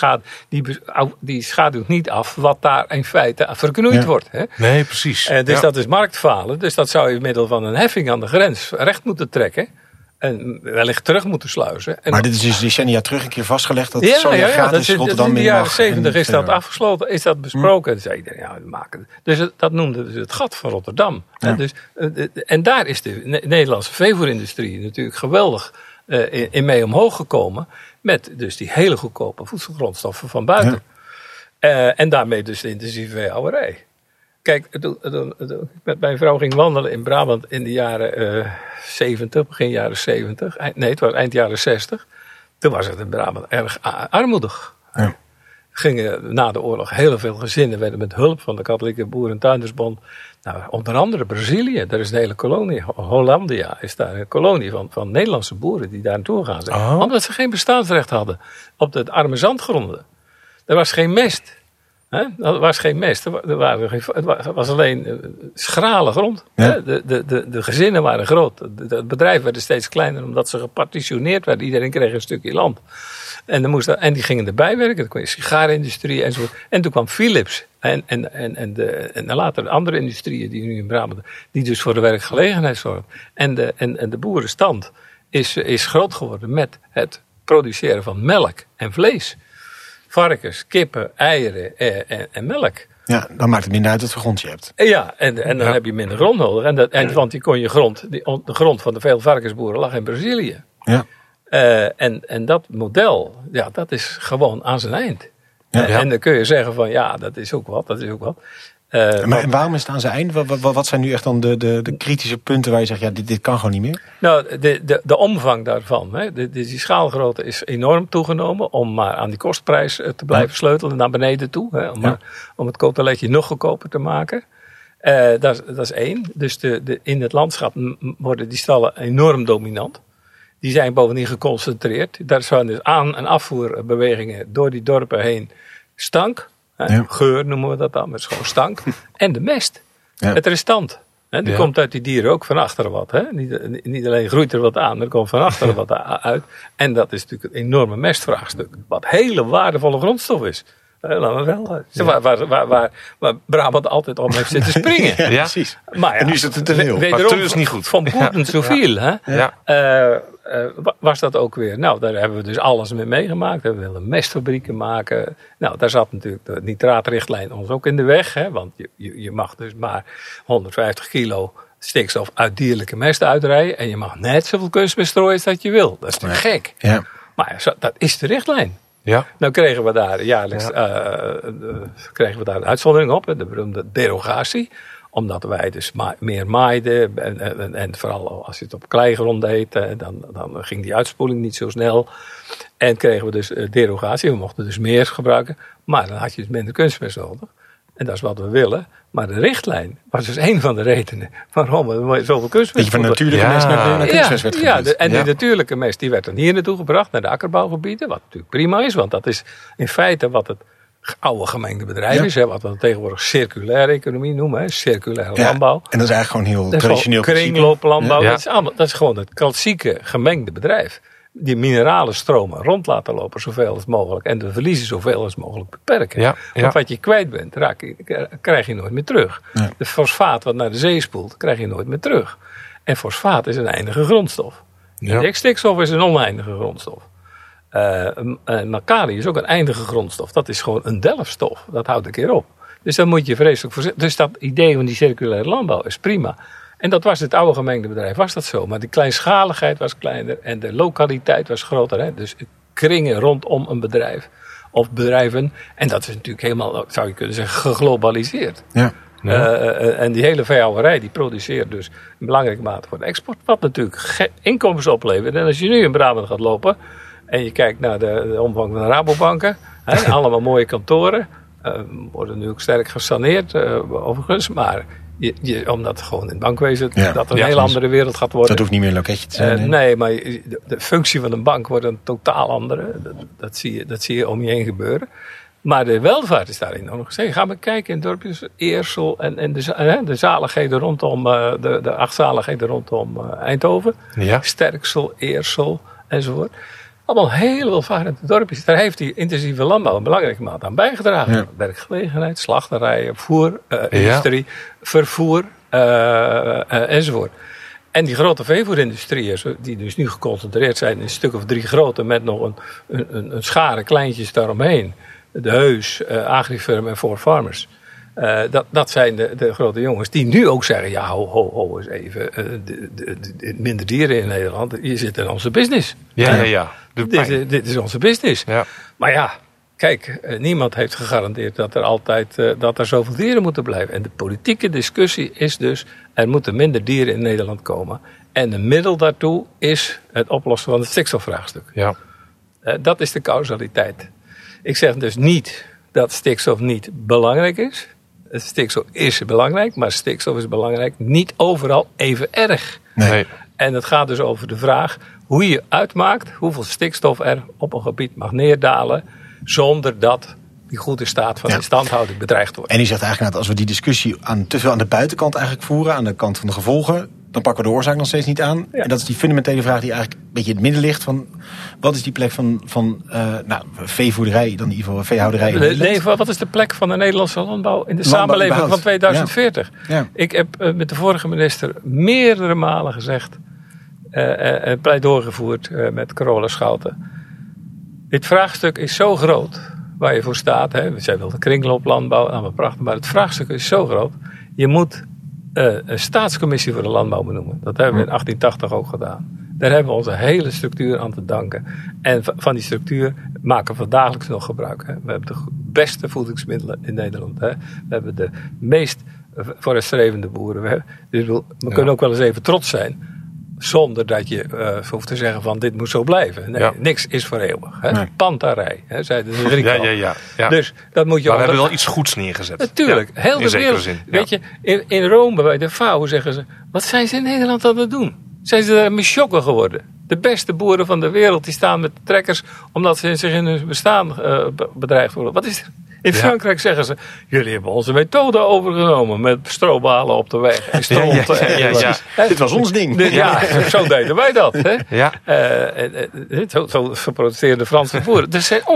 die schaduwt niet af wat daar in feite verknoeid wordt. Hè? Nee, precies. Dus dat is marktfalen. Dus dat zou je middel van een heffing aan de grens recht moeten trekken. En wellicht terug moeten sluizen. Maar dit is dus decennia terug een keer vastgelegd dat soja gratis Rotterdam in de jaren 70 is dat afgesloten, is dat besproken. En zei iedereen, we maken het. Dus dat noemden ze het gat van Rotterdam. Ja. En daar is de Nederlandse veevoerindustrie natuurlijk geweldig in mee omhoog gekomen. Met dus die hele goedkope voedselgrondstoffen van buiten. Ja. En daarmee dus de intensieve veehouderij. Kijk, met mijn vrouw ging wandelen in Brabant in de jaren 70, begin jaren 70. Nee, het was eind jaren 60. Toen was het in Brabant erg armoedig. Ja. Gingen na de oorlog heel veel gezinnen, werden met hulp van de Katholieke Boerentuindersbond. Nou, onder andere Brazilië, daar is een hele kolonie. Hollandia is daar een kolonie van Nederlandse boeren die daar naartoe gaan zijn. Oh. Omdat ze geen bestaansrecht hadden op de arme zandgronden. Er was geen mest. Er was geen mest. Het was alleen schrale grond. Ja. De gezinnen waren groot. Het bedrijf werd steeds kleiner omdat ze gepartitioneerd werden. Iedereen kreeg een stukje land. En die gingen erbij werken. Dan kwam de sigarenindustrie enzovoort. En toen kwam Philips. En later de andere industrieën die nu in Brabant. Die dus voor de werkgelegenheid zorgen. En de boerenstand is groot geworden met het produceren van melk en vlees. Varkens, kippen, eieren en melk. Ja, dan maakt het minder uit wat voor grond je hebt. Ja, en dan heb je minder grond nodig. Want die kon de grond van de veel varkensboeren lag in Brazilië. Ja. En dat model, dat is gewoon aan zijn eind. Ja. En dan kun je zeggen van, dat is ook wat. En waarom is het aan zijn eind? Wat zijn nu echt dan de kritische punten waar je zegt, dit kan gewoon niet meer? Nou, de omvang daarvan. Hè, die schaalgrootte is enorm toegenomen om maar aan die kostprijs te blijven sleutelen naar beneden toe. Hè, om het kotelletje nog goedkoper te maken. Dat is één. Dus in het landschap worden die stallen enorm dominant. Die zijn bovendien geconcentreerd. Daar zijn dus aan- en afvoerbewegingen door die dorpen heen stank. Geur noemen we dat dan, maar het is gewoon stank. En de mest, het restant. Die komt uit die dieren ook van achteren wat. Hè? Niet alleen groeit er wat aan, maar er komt van achteren wat uit. En dat is natuurlijk een enorme mestvraagstuk. Wat hele waardevolle grondstof is. Waar Brabant altijd om heeft zitten springen. Ja, precies. Maar en nu is het te veel. Maar het is niet goed. Van Poeten zoveel. Hè? Was dat ook weer. Nou, daar hebben we dus alles mee meegemaakt. We wilden mestfabrieken maken. Nou, daar zat natuurlijk de nitraatrichtlijn ons ook in de weg. Hè? Want je mag dus maar 150 kilo stikstof uit dierlijke mest uitrijden. En je mag net zoveel kunstmest strooien als dat je wil. Dat is natuurlijk gek. Ja. Maar dat is de richtlijn. Ja. Nou kregen we daar jaarlijks een uitzondering op. De beroemde derogatie. Omdat wij dus meer maaiden. En vooral als je het op kleigrond deed. Dan ging die uitspoeling niet zo snel. En kregen we dus derogatie. We mochten dus meer gebruiken. Maar dan had je dus minder kunstmest nodig. En dat is wat we willen. Maar de richtlijn was dus een van de redenen waarom we zoveel kunstmest... Dat je van natuurlijke mest naar kunstmest werd gebracht. En die natuurlijke mest die werd dan hier naartoe gebracht, naar de akkerbouwgebieden. Wat natuurlijk prima is, want dat is in feite wat het oude gemengde bedrijf is. Hè, wat we tegenwoordig circulaire economie noemen. Hè, circulaire landbouw. En dat is eigenlijk gewoon heel traditioneel. Kringlooplandbouw. Ja. Dat is gewoon het klassieke gemengde bedrijf. Die mineralen stromen rond laten lopen zoveel als mogelijk. En de verliezen zoveel als mogelijk beperken. Ja, ja. Want wat je kwijt bent, krijg je nooit meer terug. Ja. De fosfaat wat naar de zee spoelt, krijg je nooit meer terug. En fosfaat is een eindige grondstof. Ja. Stikstof is een oneindige grondstof. Kalium is ook een eindige grondstof. Dat is gewoon een delfstof. Dat houdt een keer op. Dus daar moet je vreselijk voor zitten. Dus dat idee van die circulaire landbouw is prima. En dat was het oude gemengde bedrijf, was dat zo. Maar de kleinschaligheid was kleiner en de lokaliteit was groter. Hè? Dus kringen rondom een bedrijf of bedrijven. En dat is natuurlijk helemaal, zou je kunnen zeggen, geglobaliseerd. Ja. En die hele veehouderij die produceert dus in belangrijke mate voor de export. Wat natuurlijk inkomens oplevert. En als je nu in Brabant gaat lopen en je kijkt naar de omvang van de Rabobanken. Allemaal mooie kantoren. Worden nu ook sterk gesaneerd overigens. Maar Omdat het gewoon in het bankwezen dat een heel andere wereld gaat worden. Dat hoeft niet meer een loketje te zijn. Nee, maar de functie van een bank wordt een totaal andere. Dat zie je om je heen gebeuren. Maar de welvaart is daarin nog steeds. Ga maar kijken in dorpjes Eersel en de zaligheden rondom, de 8 zaligheden rondom Eindhoven. Ja. Sterksel, Eersel enzovoort. Allemaal heel welvarende dorpjes. Daar heeft die intensieve landbouw een belangrijke mate aan bijgedragen. Ja. Werkgelegenheid, slachterijen, industrie, vervoer enzovoort. En die grote veevoerindustrieën, die dus nu geconcentreerd zijn in een stuk of 3 grote met nog een schare kleintjes daaromheen. De Heus, Agrifirm en 4Farmers. Dat zijn de grote jongens die nu ook zeggen, ja, ho eens even. Minder dieren in Nederland, je zit in onze business. Ja. Dit is onze business. Ja. Maar ja, kijk, niemand heeft gegarandeerd dat er zoveel dieren moeten blijven. En de politieke discussie is dus, er moeten minder dieren in Nederland komen. En een middel daartoe is het oplossen van het stikstofvraagstuk. Ja. Dat is de causaliteit. Ik zeg dus niet dat stikstof niet belangrijk is. Stikstof is belangrijk, maar stikstof is belangrijk niet overal even erg. Nee. En het gaat dus over de vraag hoe je uitmaakt hoeveel stikstof er op een gebied mag neerdalen zonder dat die goede staat van instandhouding bedreigd wordt. En die zegt eigenlijk dat als we die discussie te veel aan de buitenkant eigenlijk voeren, aan de kant van de gevolgen, dan pakken we de oorzaak nog steeds niet aan. Ja. En dat is die fundamentele vraag die eigenlijk een beetje in het midden ligt van wat is die plek van veevoederij, dan in ieder geval veehouderij. Nee, wat is de plek van de Nederlandse landbouw in de samenleving van 2040? Ja. Ik heb met de vorige minister meerdere malen gezegd, pleidooi gevoerd met Carola Schouten. Dit vraagstuk is zo groot waar je voor staat. Hè. Zij wil de kringlooplandbouw, allemaal prachtig, maar het vraagstuk is zo groot. Je moet een staatscommissie voor de landbouw benoemen. Dat hebben we in 1880 ook gedaan. Daar hebben we onze hele structuur aan te danken. En van die structuur maken we dagelijks nog gebruik. Hè. We hebben de beste voedingsmiddelen in Nederland. Hè. We hebben de meest vooruitstrevende boeren. We kunnen ook wel eens even trots zijn. Zonder dat je hoeft te zeggen van dit moet zo blijven. Nee, niks is voor eeuwig. Hè. Nee. Pantarij, zeiden de Grieken. Ja. Dus dat moet je. Maar we hebben wel iets goeds neergezet. Natuurlijk, heel de wereld. Zin. Weet je, in Rome bij de FAO zeggen ze, wat zijn ze in Nederland aan het doen? Zijn ze daar misjokken geworden? De beste boeren van de wereld die staan met trekkers omdat ze zich in hun bestaan bedreigd worden. Wat is er? In Frankrijk zeggen ze, jullie hebben onze methode overgenomen met strobalen op de weg en stront. Dit was ons ding. Zo deden wij dat. Hè? Ja. Zo protesteerden de Franse boeren. Er zijn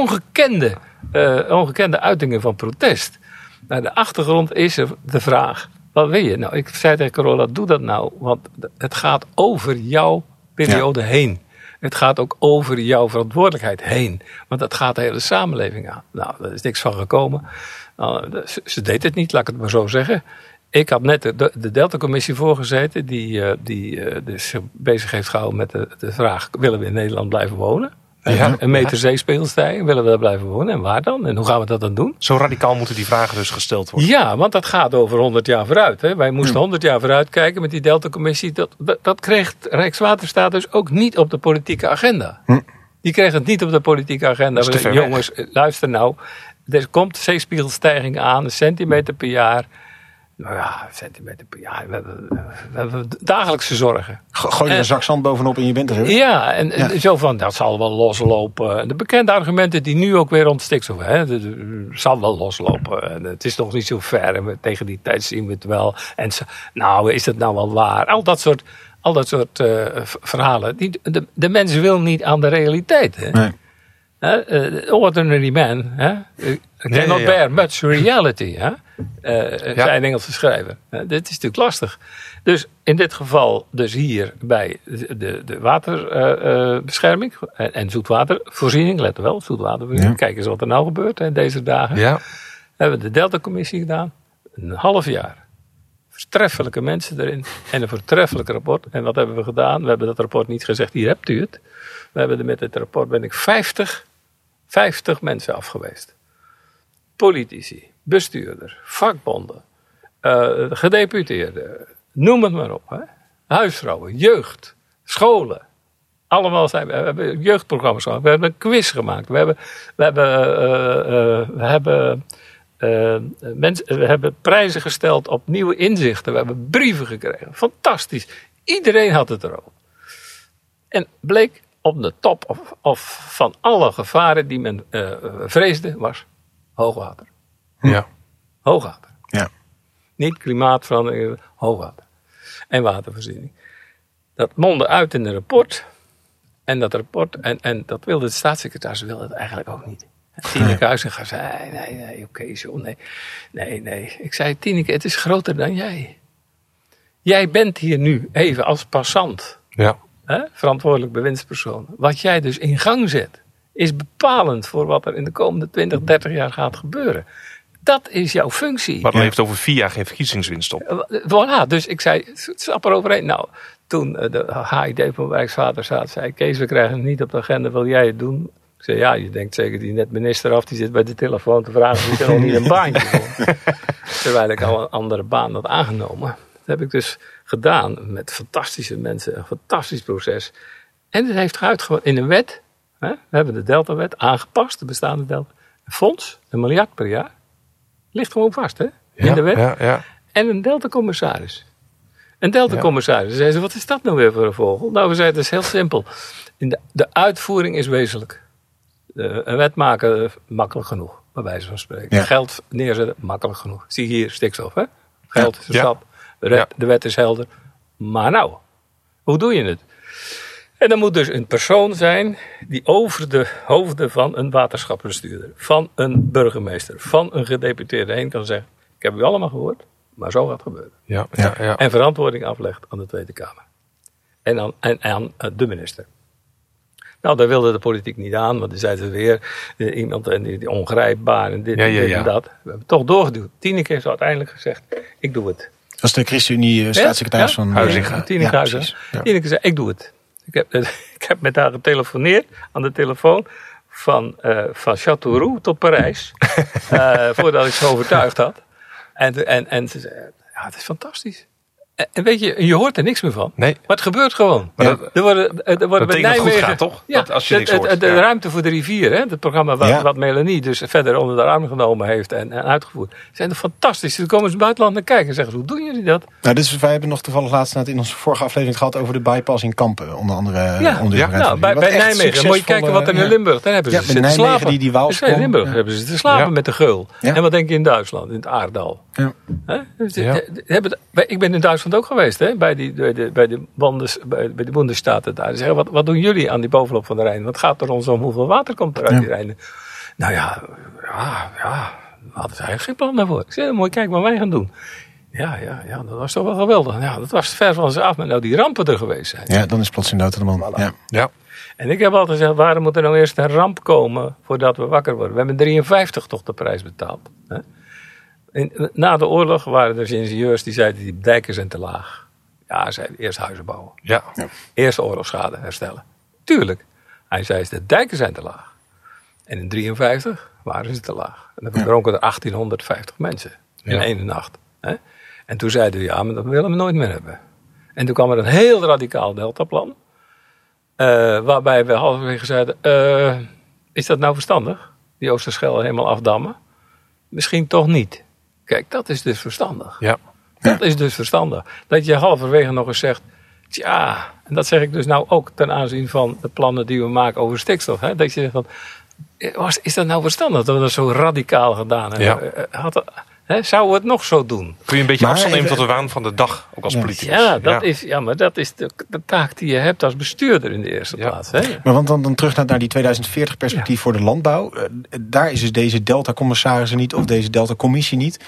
ongekende uitingen van protest. Nou, de achtergrond is er de vraag, wat wil je? Nou, ik zei tegen Carola, doe dat nou, want het gaat over jouw periode heen. Het gaat ook over jouw verantwoordelijkheid heen. Want dat gaat de hele samenleving aan. Nou, daar is niks van gekomen. Ze deed het niet, laat ik het maar zo zeggen. Ik had net de Delta-commissie voorgezeten. Die dus bezig heeft gehouden met de vraag, willen we in Nederland blijven wonen? Een meter zeespiegelstijging, willen we daar blijven wonen? En waar dan? En hoe gaan we dat dan doen? Zo radicaal moeten die vragen dus gesteld worden. Ja, want dat gaat over 100 jaar vooruit. Hè. Wij moesten 100 jaar vooruit kijken met die Delta-commissie. Dat kreeg Rijkswaterstaat dus ook niet op de politieke agenda. Die kreeg het niet op de politieke agenda. Jongens, luister nou. Er komt zeespiegelstijging aan, 1 centimeter per jaar. Nou ja, een centimeter per jaar. We hebben dagelijkse zorgen. Gooi er een zak zand bovenop en je bent er. Ja, en zo van, dat zal wel loslopen. De bekende argumenten die nu ook weer rond stikstof. Het zal wel loslopen. En het is nog niet zo ver. En tegen die tijd zien we het wel. En nou, is het nou wel waar? Al dat soort verhalen. De mens wil niet aan de realiteit. Hè? Nee. Ordinary man cannot bear much reality. Zei een Engelse schrijver. Dit is natuurlijk lastig. Dus in dit geval, dus hier bij de waterbescherming en zoetwatervoorziening, let wel, zoetwatervoorziening. Kijk eens wat er nou gebeurt in deze dagen. Ja. Hebben we de Delta-commissie gedaan. Een half jaar. Voortreffelijke mensen erin. En een voortreffelijk rapport. En wat hebben we gedaan? We hebben dat rapport niet gezegd, hier hebt u het. We hebben met het rapport ben ik 50 mensen afgeweest. Politici, bestuurders, vakbonden, gedeputeerden, noem het maar op. Hè. Huisvrouwen, jeugd, scholen. Allemaal we hebben jeugdprogramma's gemaakt. We hebben een quiz gemaakt. We hebben We hebben prijzen gesteld op nieuwe inzichten. We hebben brieven gekregen. Fantastisch. Iedereen had het erover. En bleek op de top van alle gevaren die men vreesde, was hoogwater. Ja. Hoogwater. Ja. Niet klimaatverandering, hoogwater. En watervoorziening. Dat mondde uit in een rapport. En dat rapport, en dat wilde de staatssecretaris het eigenlijk ook niet. Tineke Huizinga zei, nee, oké, John, nee. Ik zei, Tineke, het is groter dan jij. Jij bent hier nu even als passant. Ja. Verantwoordelijk bewindspersoon. Wat jij dus in gang zet, is bepalend voor wat er in de komende 20, 30 jaar gaat gebeuren. Dat is jouw functie. Maar dan heeft over 4 jaar geen verkiezingswinst op. Voilà, dus ik zei, stap eroverheen. Nou, toen de HID van Rijkswaterstaat zei, Kees, we krijgen het niet op de agenda, wil jij het doen? Ik zei, ja, je denkt zeker die net minister af, die zit bij de telefoon te vragen of ik er nog niet een baantje voor. Terwijl ik al een andere baan had aangenomen. Dat heb ik dus gedaan met fantastische mensen, een fantastisch proces. En het heeft uitgevoerd in een wet. We hebben de Deltawet aangepast, de bestaande Delta. Een fonds, $1 miljard per jaar. Ligt gewoon vast, hè? In de wet. Ja. En een Delta-commissaris. Een Delta-commissaris. Zeiden ze, wat is dat nou weer voor een vogel? Nou, we zeiden, het is heel simpel. De uitvoering is wezenlijk. Een wet maken, makkelijk genoeg, bij wijze van spreken. Ja. Geld neerzetten, makkelijk genoeg. Zie hier stikstof, hè? Geld is een stap. De wet is helder. Maar nou, hoe doe je het? En dan moet dus een persoon zijn die over de hoofden van een waterschapsbestuurder, van een burgemeester, van een gedeputeerde heen kan zeggen, ik heb u allemaal gehoord, maar zo gaat het gebeuren. Ja. En verantwoording aflegt aan de Tweede Kamer. En aan de minister. Nou, daar wilde de politiek niet aan, want die zeiden weer iemand die ongrijpbaar en dit en dat. We hebben het toch doorgeduwd. Tineke heeft uiteindelijk gezegd, ik doe het. Dat was de ChristenUnie staatssecretaris van Huizinga. Tineke Huizinga. Tineke zei, ik doe het. Ik heb met haar getelefoneerd aan de telefoon van Châteauroux tot Parijs. Voordat ik ze overtuigd had. En ze zei, ja, het is fantastisch. En weet je hoort er niks meer van. Nee. Maar het gebeurt gewoon. Er worden bij Nijmegen, goed gaat, toch? Ja, als je niks hoort. De ruimte voor de rivier, hè, het programma wat Melanie dus verder onder de arm genomen heeft en uitgevoerd, zijn er fantastisch. Dan komen ze in het buitenland naar kijken en zeggen ze, hoe doen jullie dat? Nou, wij hebben nog toevallig laatst in onze vorige aflevering gehad over de bypass in Kampen, onder andere. Bij Nijmegen. Moet je kijken wat er in Limburg, daar hebben ze te slapen. Die Waalsprong. In Limburg hebben ze te slapen met de geul. Ja. En wat denk je in Duitsland, in het Aardal? Ja. Ik ben in Duitsland ook geweest, hè, bij de Bundesstaaten daar. Ze zeggen, wat doen jullie aan die bovenloop van de Rijn? Wat gaat er ons om? Hoeveel water komt er uit die Rijn? Nou ja, we hadden eigenlijk geen plan daarvoor. Ik zei, mooi, kijk wat wij gaan doen. Ja, dat was toch wel geweldig. Ja, dat was ver van ze af, maar nou die rampen er geweest zijn. Ja, dan is plots in nood aan de man. Ja. En ik heb altijd gezegd, waarom moet er nou eerst een ramp komen voordat we wakker worden? We hebben 53 toch de prijs betaald. Hè? Na de oorlog waren er ingenieurs die zeiden, die dijken zijn te laag. Ja, zeiden, eerst huizen bouwen. Ja. Eerst oorlogsschade herstellen. Tuurlijk. Hij zei, de dijken zijn te laag. En in 1953 waren ze te laag. En dan verdronken er 1850 mensen in één nacht. Hè? En toen zeiden we, ja, maar dat willen we nooit meer hebben. En toen kwam er een heel radicaal deltaplan. Waarbij we halverwege zeiden, is dat nou verstandig? Die Oosterschelde helemaal afdammen? Misschien toch niet. Kijk, dat is dus verstandig. Ja. Dat is dus verstandig. Dat je halverwege nog eens zegt, tja, en dat zeg ik dus nou ook ten aanzien van de plannen die we maken over stikstof. Hè? Dat je zegt van, is dat nou verstandig dat we dat zo radicaal gedaan hebben? Ja. Zouden we het nog zo doen? Kun je een beetje afstand nemen tot de waan van de dag, ook als politicus? Maar dat is de taak die je hebt als bestuurder in de eerste plaats. Hè? Maar want dan terug naar die 2040 perspectief voor de landbouw. Daar is dus deze Delta-commissaris niet of deze Delta-commissie niet.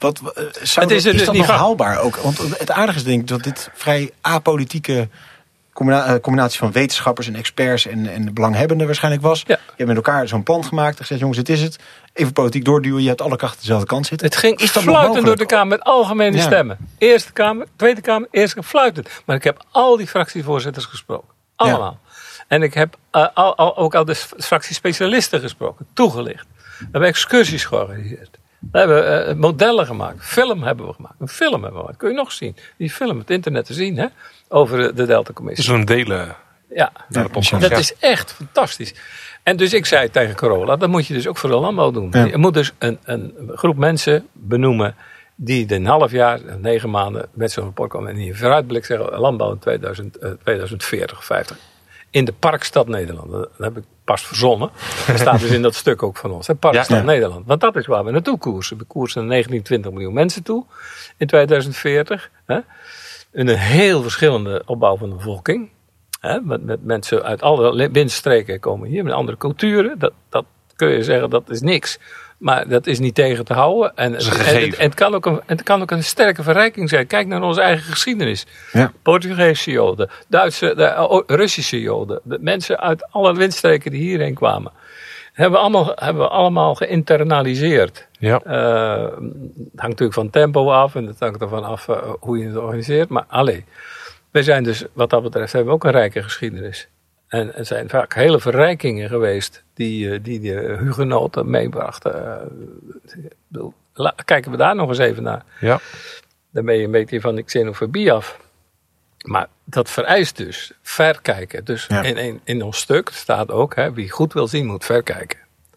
Is dat nog haalbaar ook? Want het aardige is denk ik dat dit vrij apolitieke combinatie van wetenschappers en experts en de belanghebbenden waarschijnlijk was. Ja. Je hebt met elkaar zo'n plan gemaakt en gezegd, jongens, dit is het. Even politiek doorduwen, je hebt alle krachten dezelfde kant zitten. Het ging fluitend door de Kamer met algemene stemmen. Eerste Kamer, Tweede Kamer, Eerste Kamer, fluitend. Maar ik heb al die fractievoorzitters gesproken. Allemaal. Ja. En ik heb ook al de fractiespecialisten gesproken, toegelicht. We hebben excursies georganiseerd. We hebben modellen gemaakt. Film hebben we gemaakt. Kun je nog zien. Die film op het internet te zien, hè? Over de Delta-commissie. Zo'n delen. Ja, dat is echt fantastisch. En dus ik zei tegen Carola, dat moet je dus ook voor de landbouw doen. Ja. Je moet dus een groep mensen benoemen die een half jaar, 9 maanden met zo'n rapport komen. En die vooruitblik zeggen landbouw in 2040 of 50. In de Parkstad Nederland. Dat heb ik pas verzonnen. Dat staat dus in dat stuk ook van ons. Hè? Parkstad Nederland. Want dat is waar we naartoe koersen. We koersen 19, 20 miljoen mensen toe in 2040. Hè? In een heel verschillende opbouw van de bevolking. Hè? Met mensen uit alle windstreken komen hier. Met andere culturen. Dat kun je zeggen, dat is niks. Maar dat is niet tegen te houden. En het kan ook een sterke verrijking zijn. Kijk naar onze eigen geschiedenis. Ja. Portugese Joden, Duitse, Russische Joden. De mensen uit alle windstreken die hierheen kwamen. Hebben we allemaal geïnternaliseerd. Ja. Het hangt natuurlijk van tempo af. En het hangt ervan af hoe je het organiseert. Maar wij zijn dus wat dat betreft hebben we ook een rijke geschiedenis. En er zijn vaak hele verrijkingen geweest die de hugenoten meebrachten. Kijken we daar nog eens even naar. Ja. Dan ben je een beetje van de xenofobie af. Maar dat vereist dus verkijken. Dus in ons stuk staat ook, wie goed wil zien moet verkijken.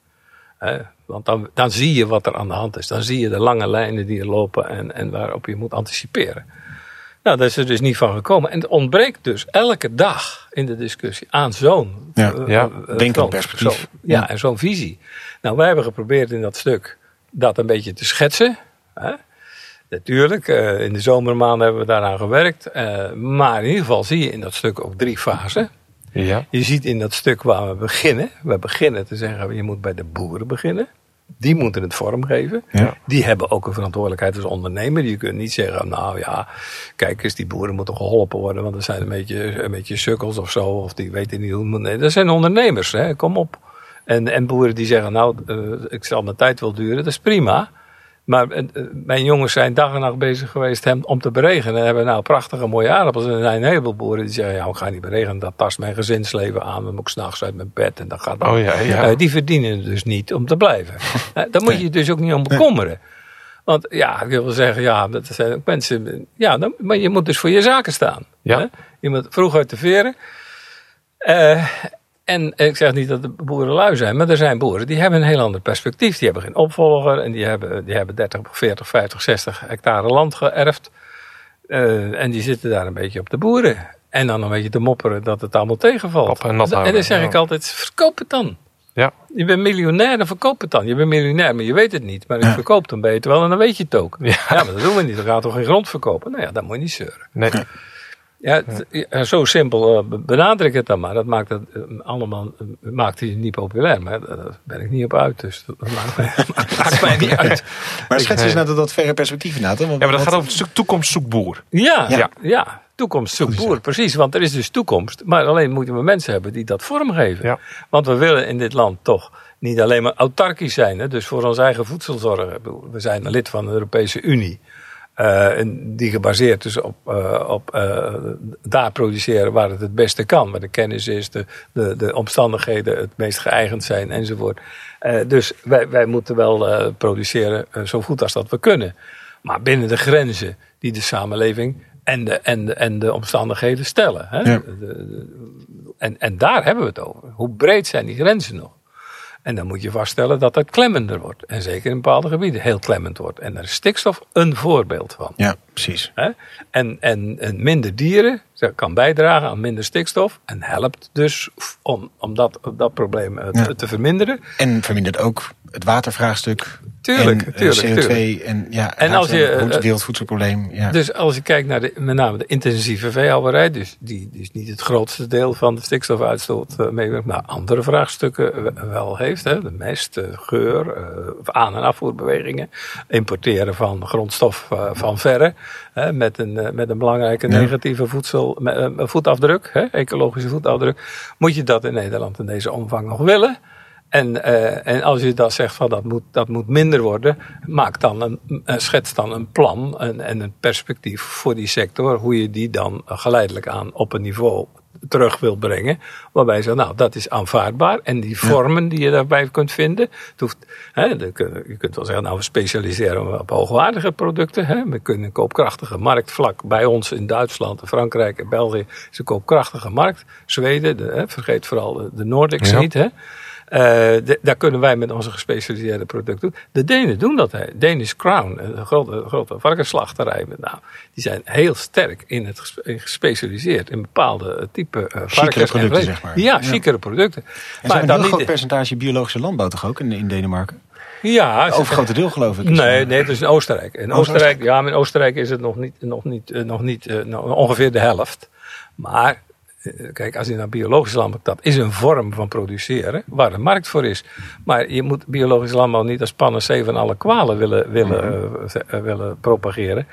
Want dan zie je wat er aan de hand is. Dan zie je de lange lijnen die er lopen en waarop je moet anticiperen. Nou, dat is er dus niet van gekomen. En het ontbreekt dus elke dag in de discussie aan zo'n denkperspectief. En zo'n visie. Nou, wij hebben geprobeerd in dat stuk dat een beetje te schetsen. Natuurlijk, in de zomermaanden hebben we daaraan gewerkt. Maar in ieder geval zie je in dat stuk ook 3 fasen. Ja. Je ziet in dat stuk waar we beginnen. We beginnen te zeggen, je moet bij de boeren beginnen. Die moeten het vormgeven. Ja. Die hebben ook een verantwoordelijkheid als ondernemer. Je kunt niet zeggen, nou ja, kijk eens, die boeren moeten geholpen worden. Want dat zijn een beetje sukkels of zo. Of die weten niet hoe het moet. Nee, dat zijn ondernemers, hè. Kom op. En boeren die zeggen, nou, ik zal mijn tijd wel duren. Dat is prima. Maar mijn jongens zijn dag en nacht bezig geweest om te beregenen. En hebben nou prachtige mooie aardappels. En er zijn een heleboel boeren die zeggen, ja, ik ga niet beregenen. Dat tast mijn gezinsleven aan. Dan moet ik 's nachts uit mijn bed. En dat gaat die verdienen dus niet om te blijven. Daar moet je dus ook niet om bekommeren. Want ja, ik wil wel zeggen, ja, dat zijn ook mensen. Ja, maar je moet dus voor je zaken staan. Ja. Hè? Je moet vroeg uit de veren. En ik zeg niet dat de boeren lui zijn, maar er zijn boeren die hebben een heel ander perspectief. Die hebben geen opvolger en die hebben 30, 40, 50, 60 hectare land geërfd. En die zitten daar een beetje op de boeren. En dan een beetje te mopperen dat het allemaal tegenvalt. En dan zeg ik altijd, verkoop het dan. Ja. Je bent miljonair, dan verkoop het dan. Je bent miljonair, maar je weet het niet. Maar ik verkoop dan beter wel en dan weet je het ook. Ja, maar dat doen we niet. Dan gaat toch geen grond verkopen? Nou ja, dat moet je niet zeuren. Nee. Ja, zo simpel benadruk ik het dan maar. Dat maakt het allemaal hij niet populair. Maar daar ben ik niet op uit. Dus dat maakt mij niet uit. Maar schets eens naar dat verre perspectief inderdaad. Maar dat gaat over het stuk toekomst zoek boer. Ja, toekomst zoek boer. Precies, want er is dus toekomst. Maar alleen moeten we mensen hebben die dat vormgeven. Ja. Want we willen in dit land toch niet alleen maar autarkisch zijn. Hè? Dus voor ons eigen voedsel zorgen. We zijn een lid van de Europese Unie. Die gebaseerd is op daar produceren waar het beste kan. Waar de kennis is, de omstandigheden het meest geëigend zijn enzovoort. Dus wij moeten wel produceren zo goed als dat we kunnen. Maar binnen de grenzen die de samenleving en de omstandigheden stellen. Hè? Ja. En daar hebben we het over. Hoe breed zijn die grenzen nog? En dan moet je vaststellen dat het klemmender wordt. En zeker in bepaalde gebieden heel klemmend wordt. En daar is stikstof een voorbeeld van. Ja, precies. En minder dieren kan bijdragen aan minder stikstof. En helpt dus om dat probleem te verminderen. En vermindert ook het watervraagstuk. Tuurlijk. CO2 en als je het wereldvoedselprobleem. Ja. Dus als je kijkt naar met name de intensieve veehouderij, dus die is niet het grootste deel van de stikstofuitstoot meewerkt, maar andere vraagstukken wel heeft. Hè? De mest, geur, aan- en afvoerbewegingen, importeren van grondstof van verre, met een belangrijke negatieve voetafdruk, ecologische voetafdruk. Moet je dat in Nederland in deze omvang nog willen? En als je dat zegt van dat moet minder worden, schets dan een plan en een perspectief voor die sector, hoe je die dan geleidelijk aan op een niveau terug wil brengen. Waarbij je zegt, nou, dat is aanvaardbaar. En die vormen die je daarbij kunt vinden. Je kunt wel zeggen, nou, we specialiseren op hoogwaardige producten. We kunnen een koopkrachtige markt vlak bij ons in Duitsland, Frankrijk en België is een koopkrachtige markt. Zweden, vergeet vooral de Nordics niet. Daar kunnen wij met onze gespecialiseerde producten doen. De Denen doen dat. Danish Crown, een grote varkensslachterij met name. Die zijn heel sterk in gespecialiseerd in bepaalde type varkens. Producten, zeg maar. Ja, chicere producten. En maar dan een heel groot percentage biologische landbouw toch ook in Denemarken? Ja, overgrote deel geloof ik. Nee, dat is in Oostenrijk. In Oostenrijk is het nog niet ongeveer de helft. Maar kijk, als je naar biologische landbouw tapt, is een vorm van produceren waar een markt voor is. Maar je moet biologische landbouw niet als panacee van alle kwalen willen propageren.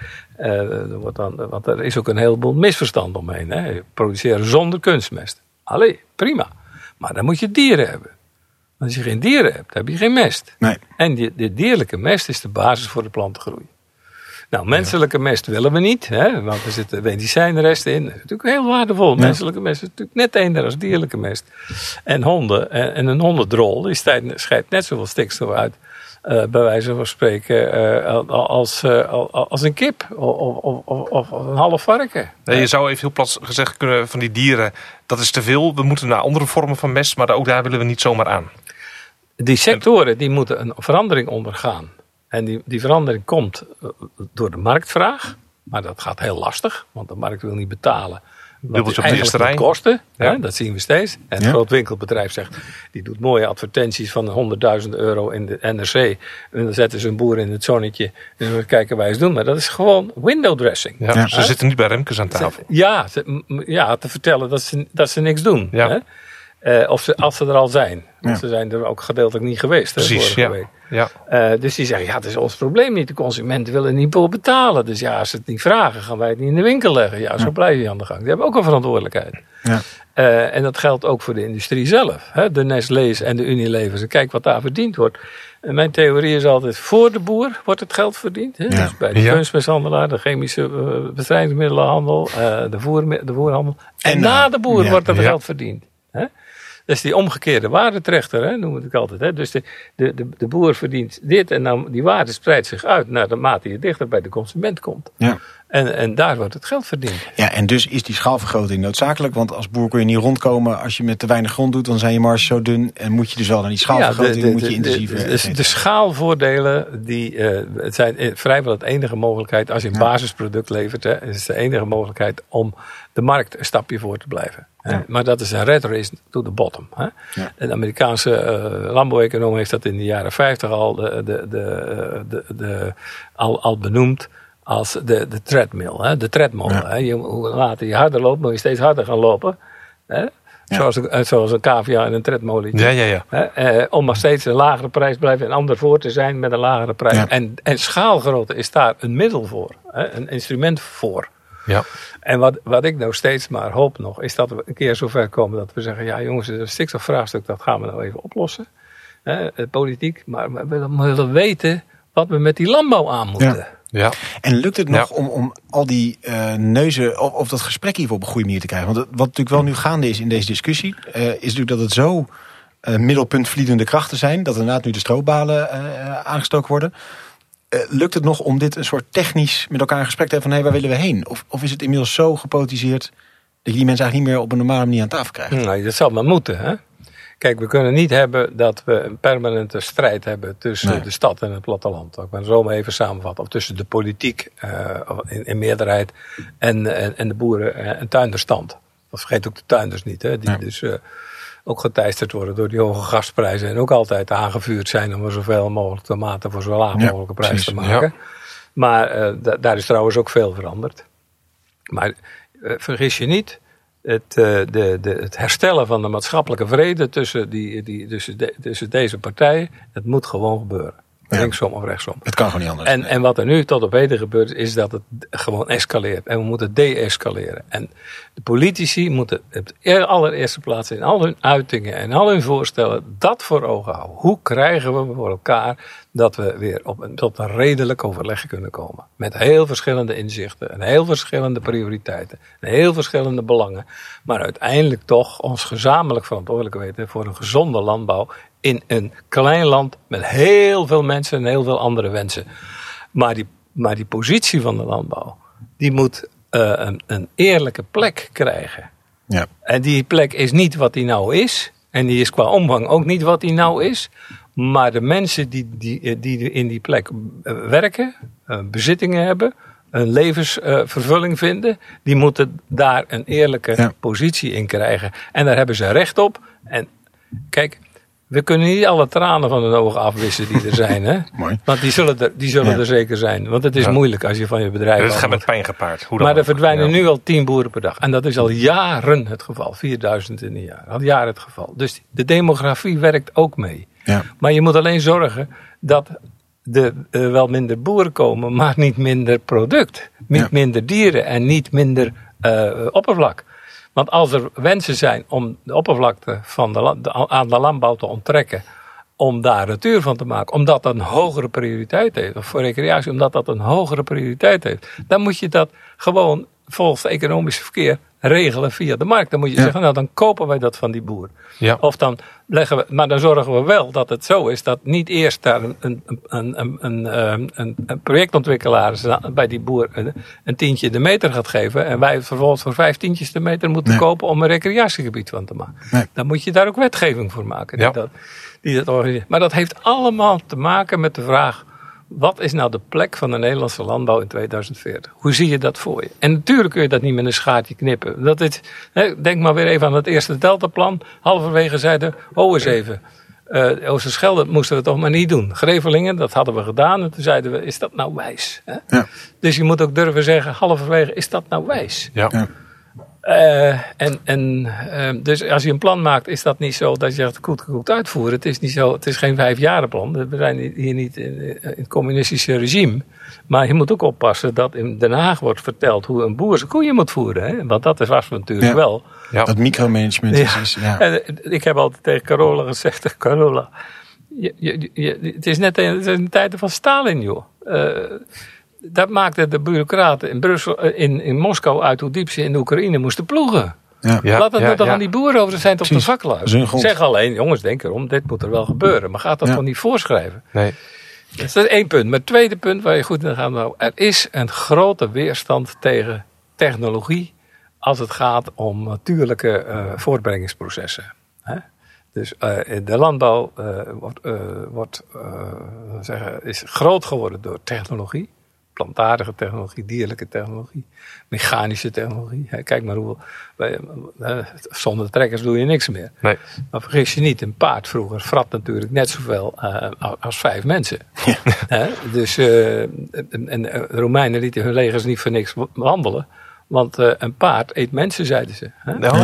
Want er is ook een heleboel misverstand omheen. Hè. Produceren zonder kunstmest. Allee, prima. Maar dan moet je dieren hebben. Als je geen dieren hebt, dan heb je geen mest. Nee. En de dierlijke mest is de basis voor de plantengroei. Nou, menselijke mest willen we niet, hè, want er zitten medicijnresten in. Dat is natuurlijk heel waardevol. Ja. Menselijke mest is natuurlijk net eender als dierlijke mest. En honden, en een hondendrol, die scheidt net zoveel stikstof uit, bij wijze van spreken, als een kip of een half varken. Nee, je zou even heel plat gezegd kunnen van die dieren, dat is te veel. We moeten naar andere vormen van mest, maar ook daar willen we niet zomaar aan. Die sectoren die moeten een verandering ondergaan. En die verandering komt door de marktvraag. Maar dat gaat heel lastig, want de markt wil niet betalen. Wat het eigenlijk moet kosten, ja. Dat zien we steeds. En het groot winkelbedrijf zegt, die doet mooie advertenties van €100.000 in de NRC. En dan zetten ze een boer in het zonnetje en dan kijken wij eens doen. Maar dat is gewoon window dressing. Ja, ze zitten niet bij Remkes aan tafel. Ja, te vertellen dat ze niks doen. Ja. Hè? Als ze er al zijn. Want ze zijn er ook gedeeltelijk niet geweest. Precies, vorige week. Ja. Dus die zeggen, het is ons probleem niet. De consumenten willen niet voor betalen. Dus als ze het niet vragen, gaan wij het niet in de winkel leggen. Ja, zo blijf je aan de gang. Die hebben ook een verantwoordelijkheid. Ja. En dat geldt ook voor de industrie zelf. Hè? De Nestlé's en de Unilevers. En kijk wat daar verdiend wordt. En mijn theorie is altijd, voor de boer wordt het geld verdiend. Hè? Ja. Dus bij de kunstmesthandelaar, de chemische bestrijdingsmiddelenhandel, de voerhandel. En na de boer wordt er geld verdiend. Hè? Dat is die omgekeerde waardetrechter, hè, noem ik het altijd. Hè. Dus de boer verdient dit en dan die waarde spreidt zich uit naar de mate je dichter bij de consument komt. Ja. En daar wordt het geld verdiend. Ja, en dus is die schaalvergroting noodzakelijk. Want als boer kun je niet rondkomen. Als je met te weinig grond doet, dan zijn je marges zo dun. En moet je dus wel naar die schaalvergroting, moet je intensiever. De schaalvoordelen, het zijn vrijwel het enige mogelijkheid. Als je een basisproduct levert, hè, is het de enige mogelijkheid om de markt een stapje voor te blijven. Ja. Maar dat is een red race to the bottom. Hè. Ja. Een Amerikaanse landbouweconoom heeft dat in de jaren 50 al benoemd als de treadmill, hè, de tredmolen. Ja. Hoe later je harder loopt, moet je steeds harder gaan lopen. Hè. Ja. Zoals een cavia en een tredmolentje. Ja. Om maar steeds een lagere prijs te blijven en ander voor te zijn met een lagere prijs. Ja. En schaalgrootte is daar een middel voor, hè, een instrument voor. Ja. En wat ik nou steeds maar hoop nog, is dat we een keer zover komen dat we zeggen, ja jongens, het stikstofvraagstuk, dat gaan we nou even oplossen. Politiek, maar we willen weten wat we met die landbouw aan moeten. Ja. Ja. En lukt het nog om al die neuzen of dat gesprek hier op een goede manier te krijgen? Want wat natuurlijk wel nu gaande is in deze discussie, is natuurlijk dat het zo middelpuntvliedende krachten zijn, dat inderdaad nu de stroopbalen aangestoken worden. Lukt het nog om dit een soort technisch met elkaar in gesprek te hebben van waar willen we heen? Of is het inmiddels zo gepolitiseerd dat je die mensen eigenlijk niet meer op een normale manier aan tafel krijgt? Nee, dat zal maar moeten. Hè? Kijk, we kunnen niet hebben dat we een permanente strijd hebben tussen de stad en het platteland. Ik ben zo maar even samenvatten. Of tussen de politiek in meerderheid en de boeren- en tuinderstand. Dat vergeet ook de tuinders niet. Hè? Die dus ook geteisterd worden door die hoge gasprijzen. En ook altijd aangevuurd zijn om er zoveel mogelijk tomaten voor zo laag mogelijke prijs te maken. Ja. Maar daar is trouwens ook veel veranderd. Maar vergis je niet. Het herstellen van de maatschappelijke vrede tussen deze partijen, het moet gewoon gebeuren. Linksom of rechtsom. Het kan gewoon niet anders. En wat er nu tot op heden gebeurt, is dat het gewoon escaleert. En we moeten de-escaleren. En de politici moeten op de allereerste plaats in al hun uitingen en al hun voorstellen dat voor ogen houden. Hoe krijgen we voor elkaar dat we weer tot een redelijk overleg kunnen komen. Met heel verschillende inzichten en heel verschillende prioriteiten. En heel verschillende belangen. Maar uiteindelijk toch ons gezamenlijk verantwoordelijk weten voor een gezonde landbouw in een klein land met heel veel mensen en heel veel andere wensen. Maar die positie van de landbouw, die moet een eerlijke plek krijgen. Ja. En die plek is niet wat die nou is. En die is qua omvang ook niet wat die nou is. Maar de mensen die in die plek werken, bezittingen hebben, een levensvervulling vinden, die moeten daar een eerlijke positie in krijgen. En daar hebben ze recht op. En kijk, we kunnen niet alle tranen van hun ogen afwissen die er zijn. Hè? Mooi. Want die zullen er zeker zijn. Want het is moeilijk als je van je bedrijf dat gaat met pijn gepaard. Maar er verdwijnen nu al 10 boeren per dag. En dat is al jaren het geval. 4000 in een jaar. Al jaren het geval. Dus de demografie werkt ook mee. Ja. Maar je moet alleen zorgen dat er wel minder boeren komen, maar niet minder product. Niet minder dieren en niet minder oppervlak. Want als er wensen zijn om de oppervlakte aan de landbouw te onttrekken, om daar natuur van te maken, omdat dat een hogere prioriteit heeft, of voor recreatie, omdat dat een hogere prioriteit heeft, dan moet je dat gewoon volgens het economische verkeer regelen via de markt. Dan moet je zeggen, nou dan kopen wij dat van die boer. Ja. Of dan maar dan zorgen we wel dat het zo is dat niet eerst daar een projectontwikkelaar bij die boer een tientje de meter gaat geven en wij vervolgens voor 5 tientjes de meter moeten kopen om een recreatiegebied van te maken. Nee. Dan moet je daar ook wetgeving voor maken. Die dat organiseert. Maar dat heeft allemaal te maken met de vraag: wat is nou de plek van de Nederlandse landbouw in 2040? Hoe zie je dat voor je? En natuurlijk kun je dat niet met een schaartje knippen. Denk maar weer even aan het eerste Deltaplan. Halverwege zeiden, eens even. Oosterschelde moesten we toch maar niet doen. Grevelingen, dat hadden we gedaan. En toen zeiden we, is dat nou wijs? Hè? Ja. Dus je moet ook durven zeggen, halverwege, is dat nou wijs? Ja. Dus als je een plan maakt, is dat niet zo dat je het goed uitvoeren. Het is niet zo, het is geen 5-jarenplan. We zijn hier niet in het communistische regime. Maar je moet ook oppassen dat in Den Haag wordt verteld hoe een boer zijn koeien moet voeren. Hè? Want dat was natuurlijk wel. Ja. Dat micromanagement is. Ja. En ik heb altijd tegen Carola gezegd, Carola, het is net in de tijden van Stalin, joh. Dat maakte de bureaucraten in Brussel, in Moskou uit hoe diep ze in de Oekraïne moesten ploegen. Ja. Laat het toch aan die boeren over, dat zijn toch de vaklui. Zeg alleen, jongens, denk erom, dit moet er wel gebeuren. Maar gaat dat gewoon niet voorschrijven. Nee. Dus dat is 1 punt. Maar het tweede punt waar je goed in gaat houden. Er is een grote weerstand tegen technologie als het gaat om natuurlijke voortbrengingsprocessen. Dus de landbouw is groot geworden door technologie. Plantaardige technologie, dierlijke technologie, mechanische technologie. Kijk maar hoeveel. Zonder trekkers doe je niks meer. Nee. Maar vergis je niet, een paard vroeger vrat natuurlijk net zoveel als 5 mensen. Ja. Dus de Romeinen lieten hun legers niet voor niks wandelen. Want een paard eet mensen, zeiden ze.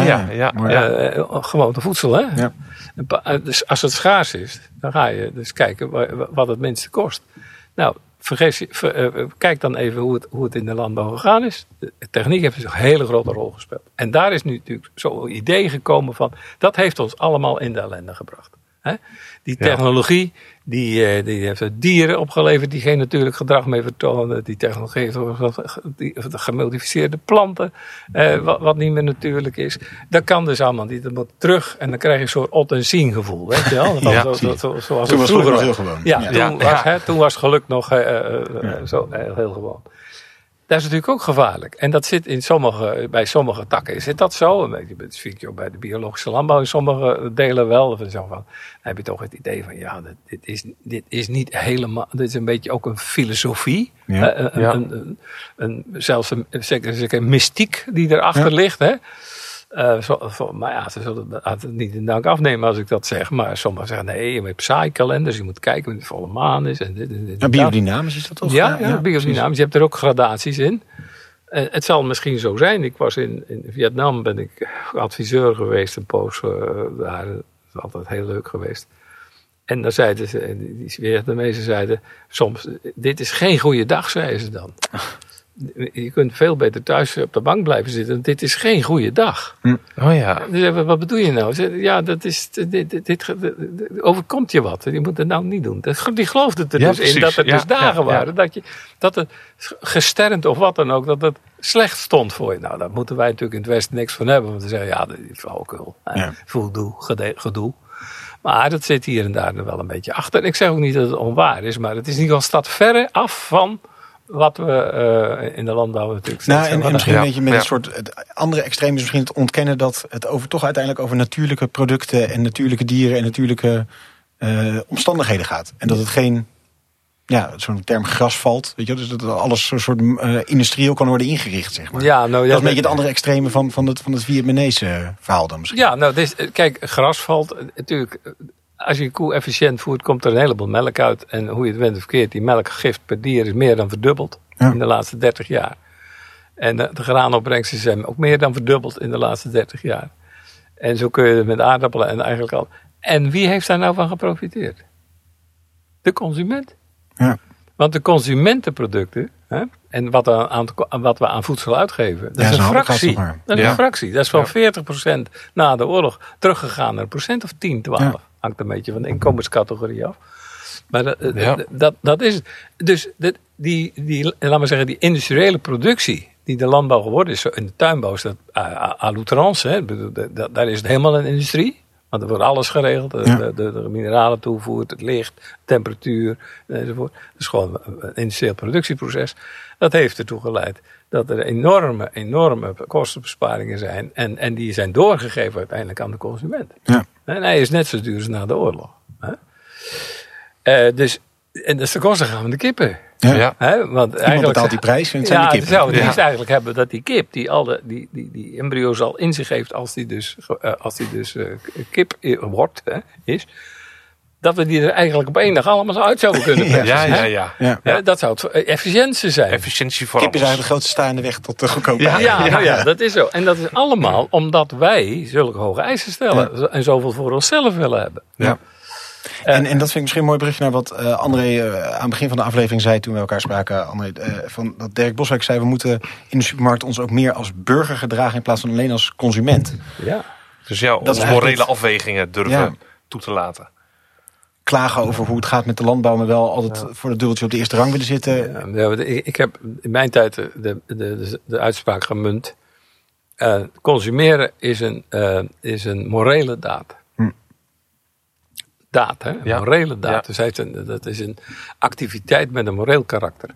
Gewoon de voedsel, hè? Ja. Dus als het schaars is, dan ga je dus kijken wat het minste kost. Nou, kijk dan even hoe het in de landbouw gegaan is. De techniek heeft dus een hele grote rol gespeeld. En daar is nu natuurlijk zo'n idee gekomen van, dat heeft ons allemaal in de ellende gebracht. Die technologie, die heeft dieren opgeleverd die geen natuurlijk gedrag meer vertonen. Die technologie heeft gemodificeerde planten, wat niet meer natuurlijk is. Dat kan dus allemaal niet. Dat moet terug en dan krijg je een soort ot en zien gevoel. Weet je wel? Zoals toen was geluk nog heel gewoon. Toen was geluk nog heel gewoon. Dat is natuurlijk ook gevaarlijk. En dat zit bij sommige takken zit dat zo. Dat vind je ook bij de biologische landbouw in sommige delen wel. Dan heb je toch het idee van, dit is niet helemaal. Dit is een beetje ook een filosofie. Ja, zelfs een mystiek die erachter ligt. Hè? Maar ze zullen het niet in dank afnemen als ik dat zeg. Maar sommigen zeggen, nee, je hebt saaikalenders. Je moet kijken wanneer de volle maan is. En biodynamisch is dat toch? Ja, biodynamisch. Je hebt er ook gradaties in. Het zal misschien zo zijn. Ik was in Vietnam, ben ik adviseur geweest een poos. Daar is altijd heel leuk geweest. En dan zeiden ze, die Vietnamezen zeiden soms, dit is geen goede dag, zeiden ze dan. Je kunt veel beter thuis op de bank blijven zitten. Dit is geen goede dag. Oh ja. Dus wat bedoel je nou? Ja, dat is, dit overkomt je wat. Je moet het nou niet doen. Die geloofde er dus in dat er dus dagen waren. Dat het gesternd of wat dan ook, dat het slecht stond voor je. Nou, daar moeten wij natuurlijk in het Westen niks van hebben. Want we zeggen, dat is flauwekul. Gedoe. Maar dat zit hier en daar er wel een beetje achter. Ik zeg ook niet dat het onwaar is. Maar het is in ieder geval staat verre af van wat we in de landbouw natuurlijk steeds en misschien een beetje met een soort... Het andere extreem is misschien het ontkennen dat het toch uiteindelijk over natuurlijke producten en natuurlijke dieren en natuurlijke omstandigheden gaat. En dat het geen... Ja, zo'n term grasvalt, weet je, dus dat alles zo'n soort industrieel kan worden ingericht, zeg maar. Ja, dat is een beetje het andere extreme van het Vietnamese verhaal dan misschien. Ja, kijk, grasvalt natuurlijk. Als je een koe efficiënt voert, komt er een heleboel melk uit. En hoe je het went of verkeerd, die melkgift per dier is meer dan verdubbeld in de laatste 30 jaar. En de graanopbrengsten zijn ook meer dan verdubbeld in de laatste 30 jaar. En zo kun je met aardappelen en eigenlijk al. En wie heeft daar nou van geprofiteerd? De consument. Ja. Want de consumentenproducten, en wat we aan voedsel uitgeven, dat is een fractie. Dat is een fractie. Dat is van 40% na de oorlog teruggegaan naar een % of 10, 12. Ja. Hangt een beetje van de inkomenscategorie af. Maar dat is het. Dus laten we zeggen, die industriële productie die de landbouw geworden is, in de tuinbouw is dat à l'outrance. Daar is het helemaal een industrie. Want er wordt alles geregeld. De mineralen toevoert, het licht, temperatuur enzovoort. Dat is gewoon een industrieel productieproces. Dat heeft ertoe geleid dat er enorme kostenbesparingen zijn. En die zijn doorgegeven uiteindelijk aan de consument. Ja. En hij is net zo duur als na de oorlog. En dat is de kosten gaan van de kippen. Ja. Want iemand betaalt die prijs en het zijn de kippen. Zou het liefst eigenlijk hebben dat die kip, die embryo's al in zich heeft als die dus kip wordt, is, dat we die er eigenlijk op één dag allemaal zo uit zouden kunnen brengen. Ja. Dat zou het efficiëntie zijn. Efficiëntie voor kip is eigenlijk de grootste staande weg tot de goedkope. Ja, dat is zo. En dat is allemaal omdat wij zulke hoge eisen stellen en zoveel voor onszelf willen hebben. Ja. En dat vind ik misschien een mooi berichtje naar wat André aan het begin van de aflevering zei toen we elkaar spraken. André, dat Dirk Boswijk zei, we moeten in de supermarkt ons ook meer als burger gedragen in plaats van alleen als consument. Ja. Dus onze morele afwegingen durven toe te laten. Klagen over hoe het gaat met de landbouw, maar wel altijd voor het dubbeltje op de eerste rang willen zitten. Ik heb in mijn tijd de uitspraak gemunt. Consumeren is een morele daad. Morele daad. Dus dat is een activiteit met een moreel karakter.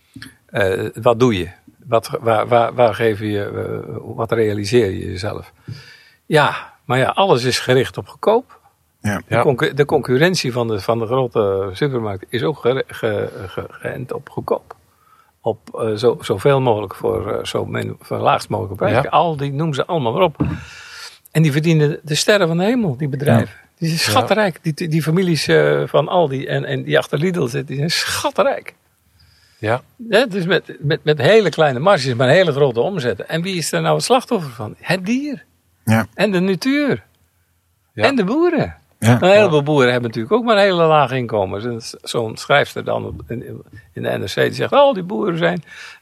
Wat doe je? Waar geef je? Wat realiseer je jezelf? Ja, maar alles is gericht op goedkoop. Ja. De concurrentie van de grote supermarkt is ook geënt op goedkoop. Op zoveel mogelijk voor laagst mogelijke prijs. Ja. Aldi, noem ze allemaal maar op. En die verdienen de sterren van de hemel, die bedrijven. Ja. Die zijn schatterijk. Die families van Aldi en die achter Lidl zitten, die zijn schatterijk. Ja. Dus met hele kleine marges, maar hele grote omzetten. En wie is er nou het slachtoffer van? Het dier. Ja. En de natuur. Ja. En de boeren. Ja. Een heleboel boeren hebben natuurlijk ook maar een hele lage inkomens. En zo'n schrijfster dan in de NRC die zegt, die boeren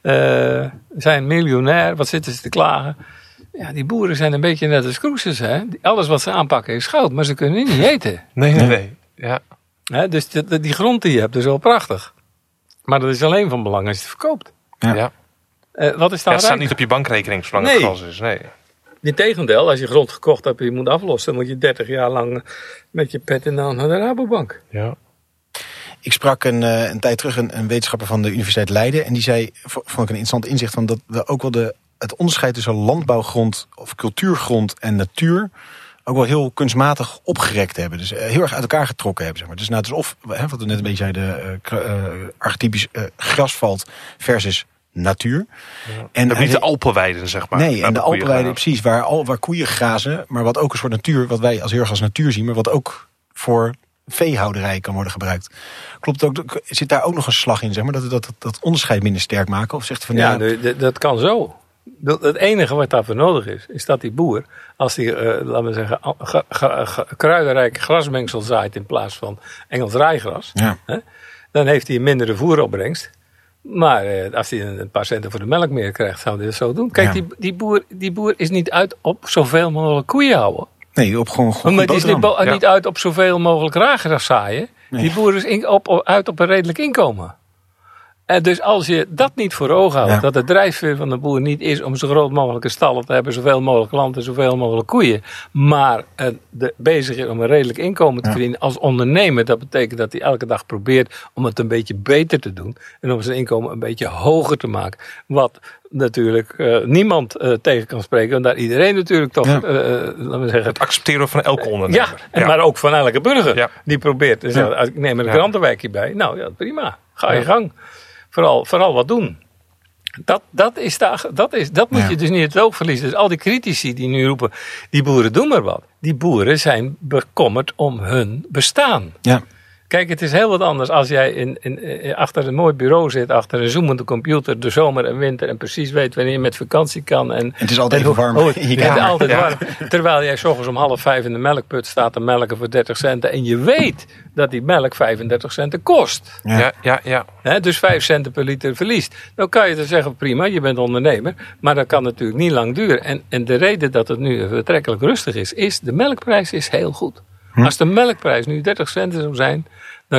zijn miljonair. Wat zitten ze te klagen? Ja, die boeren zijn een beetje net als cruises, hè. Alles wat ze aanpakken is goud, maar ze kunnen niet eten. Nee. Ja. Dus die grond die je hebt is wel prachtig. Maar dat is alleen van belang als je het verkoopt. Ja. Wat is dan het staat niet op je bankrekening zolang het gras is. Nee. Integendeel, als je grond gekocht hebt en je moet aflossen, dan moet je 30 jaar lang met je pet in de hand naar de Rabobank. Ja. Ik sprak een tijd terug een wetenschapper van de Universiteit Leiden. En die zei, vond ik een interessant inzicht van dat we ook wel het onderscheid tussen landbouwgrond of cultuurgrond en natuur ook wel heel kunstmatig opgerekt hebben. Dus heel erg uit elkaar getrokken hebben. Zeg maar. Dus het is of, wat we net een beetje zeiden, archetypisch grasvalt versus natuur. Ja. En niet de Alpenweiden, zeg maar. Nee, en de Alpenweiden, precies, waar koeien grazen, maar wat ook een soort natuur, wat wij heel erg als natuur zien, maar wat ook voor veehouderij kan worden gebruikt. Klopt het ook? Zit daar ook nog een slag in, zeg maar, dat onderscheid minder sterk maken? Of zegt u van dat kan zo. Het enige wat daarvoor nodig is dat die boer, als die, laten we zeggen, kruidenrijke grasmengsel zaait in plaats van Engels rijgras, dan heeft hij een mindere voeropbrengst. Maar als hij een paar centen voor de melk meer krijgt, zou hij dat zo doen. Kijk, die boer is niet uit op zoveel mogelijk koeien houden. Nee, op gewoon maar die is niet uit op zoveel mogelijk raagras zaaien. Nee. Die boer is uit op een redelijk inkomen. En dus als je dat niet voor ogen houdt, dat de drijfveer van de boer niet is om zo groot mogelijke stallen te hebben, zoveel mogelijk land en zoveel mogelijk koeien, maar bezig is om een redelijk inkomen te verdienen als ondernemer, dat betekent dat hij elke dag probeert om het een beetje beter te doen en om zijn inkomen een beetje hoger te maken. Wat natuurlijk niemand tegen kan spreken, en daar iedereen natuurlijk toch, laten we zeggen, het accepteren van elke ondernemer. Maar ook van elke burger die probeert. Dus ik neem er een krantenwijkje bij. Nou ja, prima. Ga je gang. Vooral wat doen. Dat moet je dus niet het oog verliezen. Dus al die critici die nu roepen, die boeren doen maar wat. Die boeren zijn bekommerd om hun bestaan. Ja. Kijk, het is heel wat anders als jij achter een mooi bureau zit, achter een zoemende computer, de zomer en winter, en precies weet wanneer je met vakantie kan. En het is altijd warm. Het is altijd warm. Terwijl jij 's ochtends om 4:30 in de melkput staat te melken voor 30 centen. En je weet dat die melk 35 centen kost. Ja. Dus 5 centen per liter verliest. Dan kan je dus zeggen, prima, je bent ondernemer. Maar dat kan natuurlijk niet lang duren. En de reden dat het nu betrekkelijk rustig is de melkprijs is heel goed. Als de melkprijs nu 30 centen zou zijn,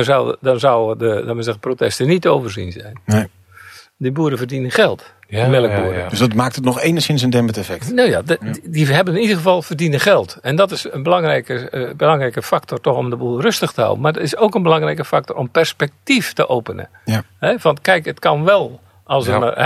dan zouden de protesten niet te overzien zijn. Nee. Die boeren verdienen geld. Melkboeren. Ja. Dus dat maakt het nog enigszins een dempend effect. Nou ja, die hebben in ieder geval verdienen geld. En dat is een belangrijke factor toch om de boel rustig te houden. Maar het is ook een belangrijke factor om perspectief te openen. Ja. Want kijk, het kan wel. Als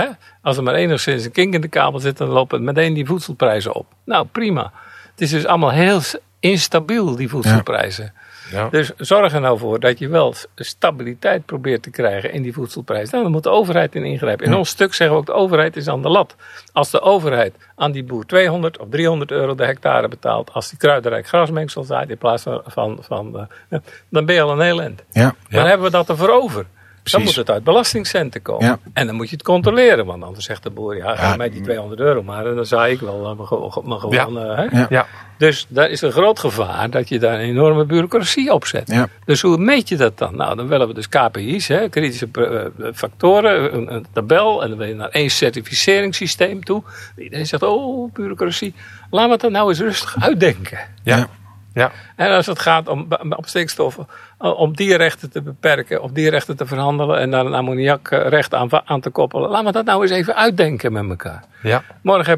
er maar enigszins een kink in de kabel zit, dan lopen meteen die voedselprijzen op. Nou, prima. Het is dus allemaal heel instabiel, die voedselprijzen. Ja. Dus zorg er nou voor dat je wel stabiliteit probeert te krijgen in die voedselprijs. Nou, dan moet de overheid in ingrijpen. In ons stuk zeggen we ook, de overheid is aan de lat. Als de overheid aan die boer 200 of 300 euro de hectare betaalt, als die kruidenrijk grasmengsel zaait in plaats van dan ben je al een heel eind. Ja. Dan hebben we dat ervoor over. Precies. Dan moet het uit belastingcenten komen. Ja. En dan moet je het controleren. Want anders zegt de boer, geef mij die 200 euro maar. En dan zaai ik wel maar gewoon. Ja. Dus daar is een groot gevaar dat je daar een enorme bureaucratie op zet. Ja. Dus hoe meet je dat dan? Nou, dan willen we dus KPI's, kritische factoren, een tabel. En dan wil je naar 1 certificeringssysteem toe. Iedereen zegt, bureaucratie. Laten we het dan nou eens rustig uitdenken. Ja. Ja. En als het gaat om stikstof, om die rechten te beperken, of die rechten te verhandelen en daar een ammoniakrecht aan te koppelen. Laten we dat nou eens even uitdenken met elkaar. Ja. Morgen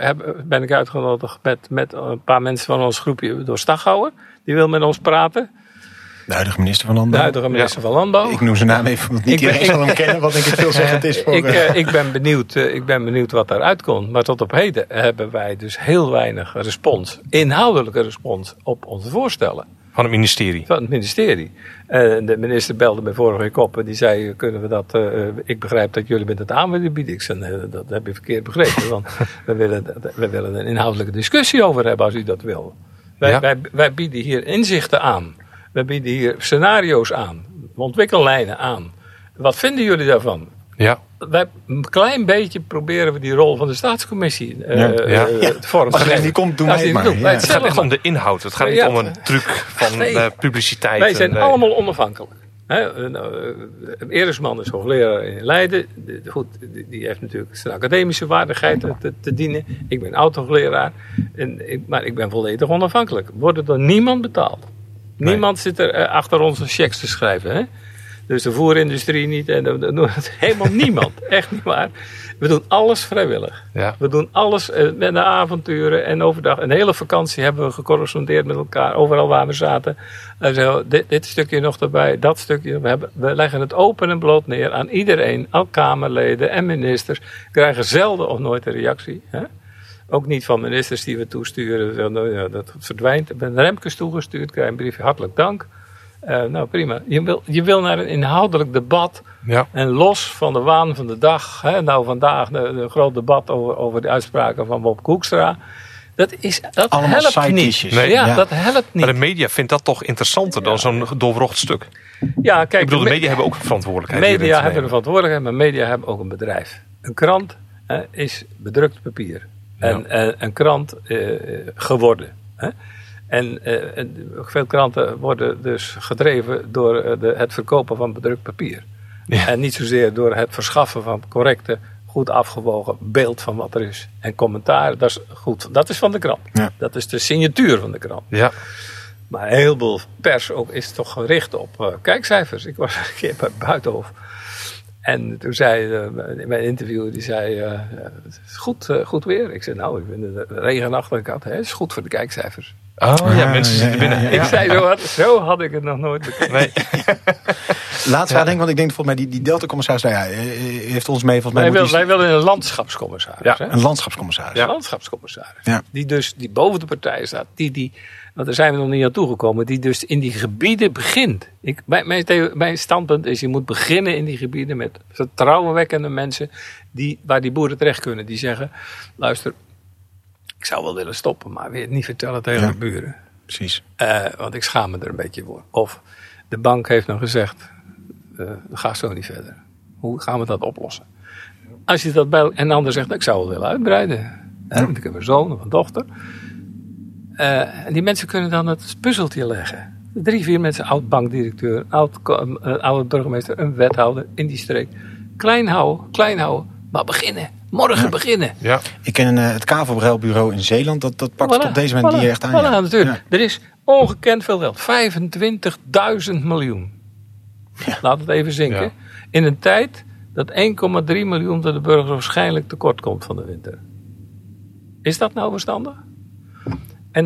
ben ik uitgenodigd met een paar mensen van ons groepje door Staghouwer. Die wil met ons praten. De huidige minister van Landbouw. De huidige minister van Landbouw. Ik noem zijn naam even, want niet iedereen zal hem kennen, wat denk ik veelzeggend is. Ik ben benieuwd wat daaruit komt. Maar tot op heden hebben wij dus heel weinig inhoudelijke respons op onze voorstellen. Van het ministerie? Van het ministerie. De minister belde mij vorige week op en die zei, kunnen we dat, ik begrijp dat jullie met het aan willen bieden. Ik zei, nee, dat heb je verkeerd begrepen. Want we willen een inhoudelijke discussie over hebben als u dat wil. Wij bieden hier inzichten aan. We bieden hier scenario's aan, ontwikkellijnen aan. Wat vinden jullie daarvan? Ja. Een klein beetje proberen we die rol van de staatscommissie te vormen. Als die komt, doen wij het maar. Het gaat echt om de inhoud. Het gaat niet om een truc van publiciteit. Wij zijn allemaal onafhankelijk. Eresman is hoogleraar in Leiden. Die heeft natuurlijk zijn academische waardigheid te dienen. Ik ben oud-hoogleraar. Maar ik ben volledig onafhankelijk. Wordt door niemand betaald. Niemand zit er achter onze checks te schrijven. Hè? Dus de voerindustrie niet. Helemaal niemand. Echt niet waar. We doen alles vrijwillig. Ja. We doen alles met de avonturen en overdag. Een hele vakantie hebben we gecorrespondeerd met elkaar. Overal waar we zaten. Dit stukje nog erbij. Dat stukje. We leggen het open en bloot neer aan iedereen. Al Kamerleden en ministers. Krijgen zelden of nooit een reactie. Hè? Ook niet van ministers die we toesturen. Dat verdwijnt. Ik ben Remkes toegestuurd. Krijg een briefje. Hartelijk dank. Nou prima. Je wil naar een inhoudelijk debat. Ja. En los van de waan van de dag. Hè, nou vandaag een groot debat over de uitspraken van Bob Koekstra. Dat helpt niet. Nee, dat helpt niet. Maar de media vindt dat toch interessanter dan zo'n doorwrocht stuk. Ja, kijk, ik bedoel, de media hebben ook een verantwoordelijkheid. Media hebben een verantwoordelijkheid, maar media hebben ook een bedrijf. Een krant is bedrukt papier. En een krant geworden. Hè? En veel kranten worden dus gedreven door het verkopen van bedrukt papier. Ja. En niet zozeer door het verschaffen van correcte, goed afgewogen beeld van wat er is. En commentaar, dat is goed. Dat is van de krant. Ja. Dat is de signatuur van de krant. Ja. Maar een heleboel pers ook is toch gericht op kijkcijfers. Ik was een keer bij Buitenhof. En toen zei in mijn interview, die zei, het is goed weer. Ik zei, nou, ik vind het regenachtig. Het is goed voor de kijkcijfers. Mensen zitten binnen. Ja. Ik zei, zo had ik het nog nooit bekeken. Nee. Laatst denk, want ik denk volgens mij die Delta-commissaris, heeft ons mee. Wij willen een landschapscommissaris. Ja, een landschapscommissaris. Ja. Een landschapscommissaris. Ja. Die boven de partijen staat. Want daar zijn we nog niet aan toegekomen. Die dus in die gebieden begint. Mijn standpunt is, je moet beginnen in die gebieden met vertrouwenwekkende mensen waar die boeren terecht kunnen. Die zeggen, luister, ik zou wel willen stoppen, maar weer niet vertellen tegen de buren. Precies. Want ik schaam me er een beetje voor. Of de bank heeft nog gezegd, ga zo niet verder. Hoe gaan we dat oplossen? Als je dat en de ander zegt, ik zou wel willen uitbreiden. Want ik heb een zoon of een dochter. En die mensen kunnen dan het puzzeltje leggen. 3-4 mensen, oud-bankdirecteur, oud-burgemeester, een wethouder in die streek. Klein houden, maar beginnen. Morgen beginnen. Ja. Ik ken het Kavelbruilbureau in Zeeland. Dat pakt het op deze manier die echt aan. Natuurlijk. Ja. Er is ongekend veel geld. 25.000 miljoen. Ja. Laat het even zinken. Ja. In een tijd dat 1,3 miljoen door de burgers waarschijnlijk tekort komt van de winter. Is dat nou verstandig? En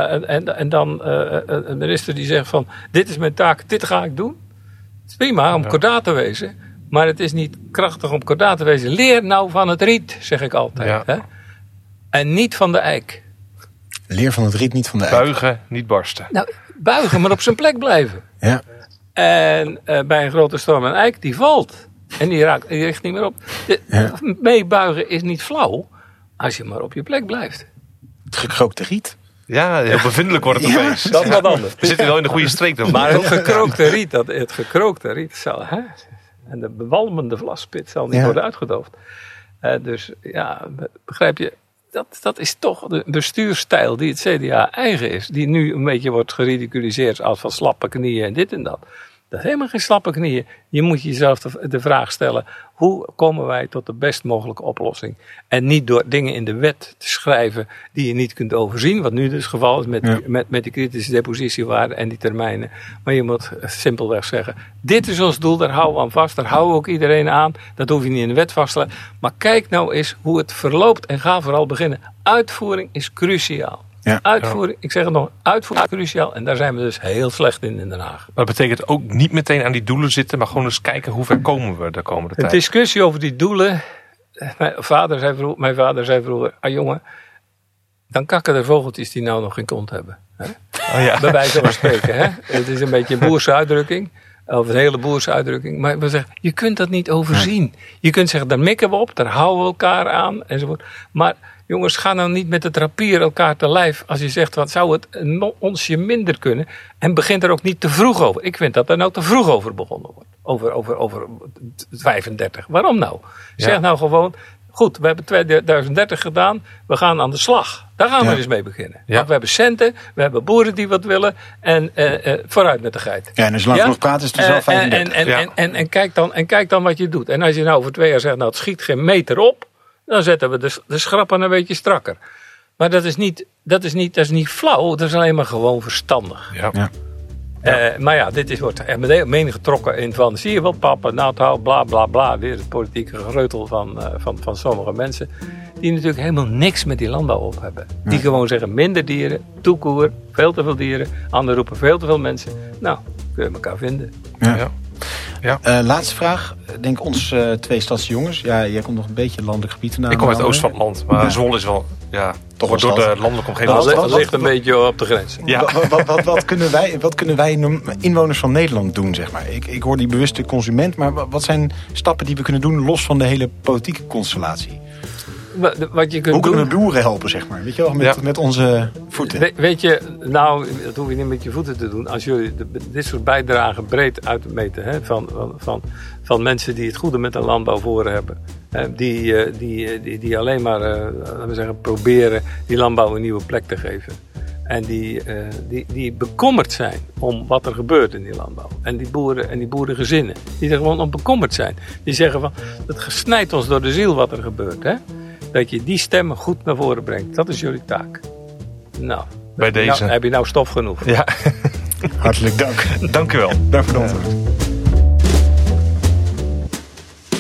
dan een minister die zegt van, dit is mijn taak, dit ga ik doen. Het is prima om kordaat te wezen, maar het is niet krachtig om kordaat te wezen. Leer nou van het riet, zeg ik altijd. Ja. Hè? En niet van de eik. Leer van het riet, niet van de eik. Buigen, niet barsten. Nou, buigen, maar op zijn plek blijven. Ja. En bij een grote storm een eik, die valt. En die richt niet meer op. Meebuigen is niet flauw, als je maar op je plek blijft. Het gekrookte riet. Ja, heel bevindelijk wordt het opeens. Dat is wat anders. We zitten wel in de goede streek dan. Maar het gekrookte riet zal, hè? En de bewalmende vlaspit zal niet worden uitgedoofd. Dus ja, begrijp je, dat is toch de bestuursstijl die het CDA eigen is. Die nu een beetje wordt geridiculiseerd als van slappe knieën en dit en dat. Dat is helemaal geen slappe knieën. Je moet jezelf de vraag stellen, hoe komen wij tot de best mogelijke oplossing? En niet door dingen in de wet te schrijven die je niet kunt overzien. Wat nu dus het geval is met die kritische depositiewaarden en die termijnen. Maar je moet simpelweg zeggen, dit is ons doel, daar houden we aan vast. Daar houden we ook iedereen aan. Dat hoef je niet in de wet vast te leggen. Maar kijk nou eens hoe het verloopt en ga vooral beginnen. Uitvoering is cruciaal. Ja. Uitvoering, ik zeg het nog, uitvoering is cruciaal. En daar zijn we dus heel slecht in Den Haag. Maar dat betekent ook niet meteen aan die doelen zitten, maar gewoon eens kijken hoe ver komen we de komende tijd. De discussie over die doelen. Mijn vader zei vroeger, jongen, dan kakken er vogeltjes die nou nog geen kont hebben. Hè? Bij wijze van spreken. Hè? Het is een beetje een boerse uitdrukking. Of een hele boerse uitdrukking. Maar we zeggen, je kunt dat niet overzien. Je kunt zeggen, daar mikken we op, daar houden we elkaar aan. Enzovoort. Maar jongens, ga nou niet met het rapier elkaar te lijf. Als je zegt, wat zou het een onsje minder kunnen. En begint er ook niet te vroeg over. Ik vind dat er nou te vroeg over begonnen wordt. Over 35. Waarom nou? Zeg nou gewoon, goed, we hebben 2030 gedaan. We gaan aan de slag. Daar gaan we dus mee beginnen. Ja. Want we hebben centen, we hebben boeren die wat willen. En vooruit met de geit. Ja, en als je lang genoeg praat is het dus al 35. En kijk dan wat je doet. En als je nou over 2 jaar zegt, nou het schiet geen meter op. Dan zetten we de schrappen een beetje strakker. Maar dat is niet flauw. Dat is alleen maar gewoon verstandig. Ja. Maar ja, dit wordt er mening getrokken in van, zie je wel papa, nou bla bla bla. Weer het politieke gereutel van sommige mensen. Die natuurlijk helemaal niks met die landbouw op hebben. Die gewoon zeggen, minder dieren, toekoer, veel te veel dieren. Anderen roepen veel te veel mensen. Nou, kun je elkaar vinden. Ja. Laatste vraag. Denk ons 2 stadse jongens. Ja, jij komt nog een beetje landelijk gebied vandaan. Ik kom uit het oosten van het land. Maar Zwolle is wel, toch wordt door de landelijke omgeving. Dat ligt een beetje op de grens. Ja. Wat kunnen wij inwoners van Nederland doen, zeg maar? Ik hoor die bewuste consument. Maar wat zijn stappen die we kunnen doen los van de hele politieke constellatie? Wat je kunt Hoe kunnen we boeren helpen, zeg maar? Weet je wel, met onze voeten. Weet je, nou, dat hoef je niet met je voeten te doen. Als jullie dit soort bijdragen breed uitmeten, hè, van mensen die het goede met de landbouw voor hebben. Die alleen maar, laten we zeggen, proberen die landbouw een nieuwe plek te geven. En die bekommerd zijn om wat er gebeurt in die landbouw. En die boeren en die boerengezinnen, die er gewoon om bekommerd zijn. Die zeggen van, het snijdt ons door de ziel wat er gebeurt, hè. Dat je die stemmen goed naar voren brengt. Dat is jullie taak. Nou, bij deze. Heb je nou stof genoeg? Ja. Hartelijk dank. Dank u wel. Dank voor de antwoord.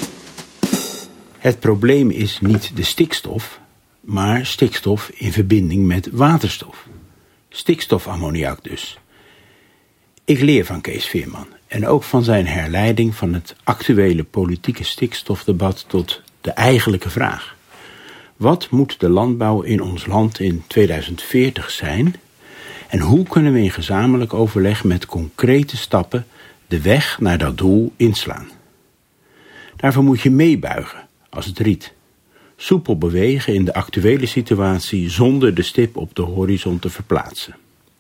Het probleem is niet de stikstof, maar stikstof in verbinding met waterstof. Stikstofammoniak dus. Ik leer van Kees Veerman en ook van zijn herleiding van het actuele politieke stikstofdebat tot de eigenlijke vraag. Wat moet de landbouw in ons land in 2040 zijn? En hoe kunnen we in gezamenlijk overleg met concrete stappen de weg naar dat doel inslaan? Daarvoor moet je meebuigen als het riet. Soepel bewegen in de actuele situatie zonder de stip op de horizon te verplaatsen.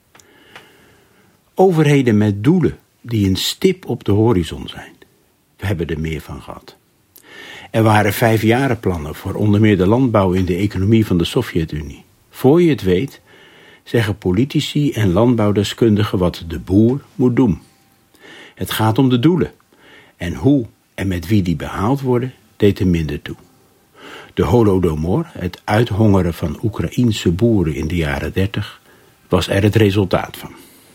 Overheden met doelen die een stip op de horizon zijn. We hebben er meer van gehad. Er waren 5-jarenplannen voor onder meer de landbouw in de economie van de Sovjet-Unie. Voor je het weet, zeggen politici en landbouwdeskundigen wat de boer moet doen. Het gaat om de doelen. En hoe en met wie die behaald worden, deed er minder toe. De Holodomor, het uithongeren van Oekraïense boeren in de jaren 30, was er het resultaat van.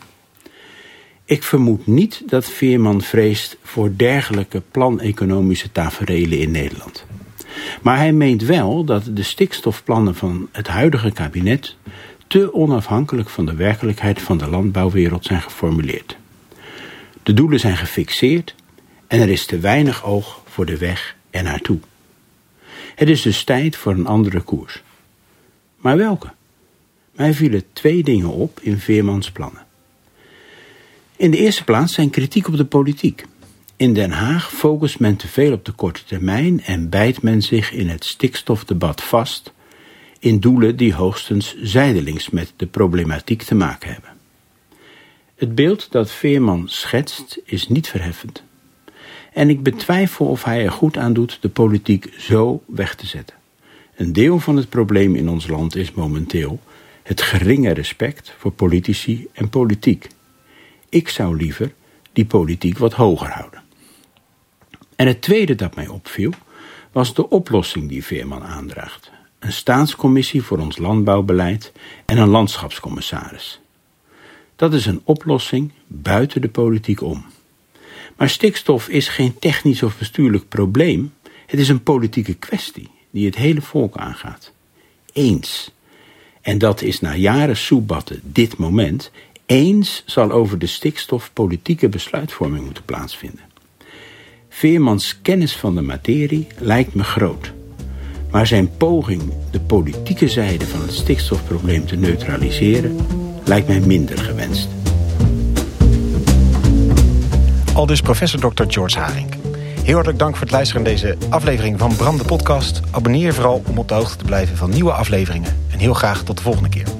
Ik vermoed niet dat Veerman vreest voor dergelijke planeconomische taferelen in Nederland. Maar hij meent wel dat de stikstofplannen van het huidige kabinet te onafhankelijk van de werkelijkheid van de landbouwwereld zijn geformuleerd. De doelen zijn gefixeerd en er is te weinig oog voor de weg ernaartoe. Het is dus tijd voor een andere koers. Maar welke? Mij vielen 2 dingen op in Veermans plannen. In de eerste plaats zijn kritiek op de politiek. In Den Haag focust men te veel op de korte termijn en bijt men zich in het stikstofdebat vast in doelen die hoogstens zijdelings met de problematiek te maken hebben. Het beeld dat Veerman schetst is niet verheffend. En ik betwijfel of hij er goed aan doet de politiek zo weg te zetten. Een deel van het probleem in ons land is momenteel het geringe respect voor politici en politiek. Ik zou liever die politiek wat hoger houden. En het tweede dat mij opviel was de oplossing die Veerman aandraagt. Een staatscommissie voor ons landbouwbeleid en een landschapscommissaris. Dat is een oplossing buiten de politiek om. Maar stikstof is geen technisch of bestuurlijk probleem. Het is een politieke kwestie die het hele volk aangaat. Eens. En dat is na jaren soebatten dit moment. Eens zal over de stikstof politieke besluitvorming moeten plaatsvinden. Veermans kennis van de materie lijkt me groot. Maar zijn poging de politieke zijde van het stikstofprobleem te neutraliseren lijkt mij minder gewenst. Aldus professor Dr. George Haring. Heel hartelijk dank voor het luisteren naar deze aflevering van Bram de Podcast. Abonneer je vooral om op de hoogte te blijven van nieuwe afleveringen. En heel graag tot de volgende keer.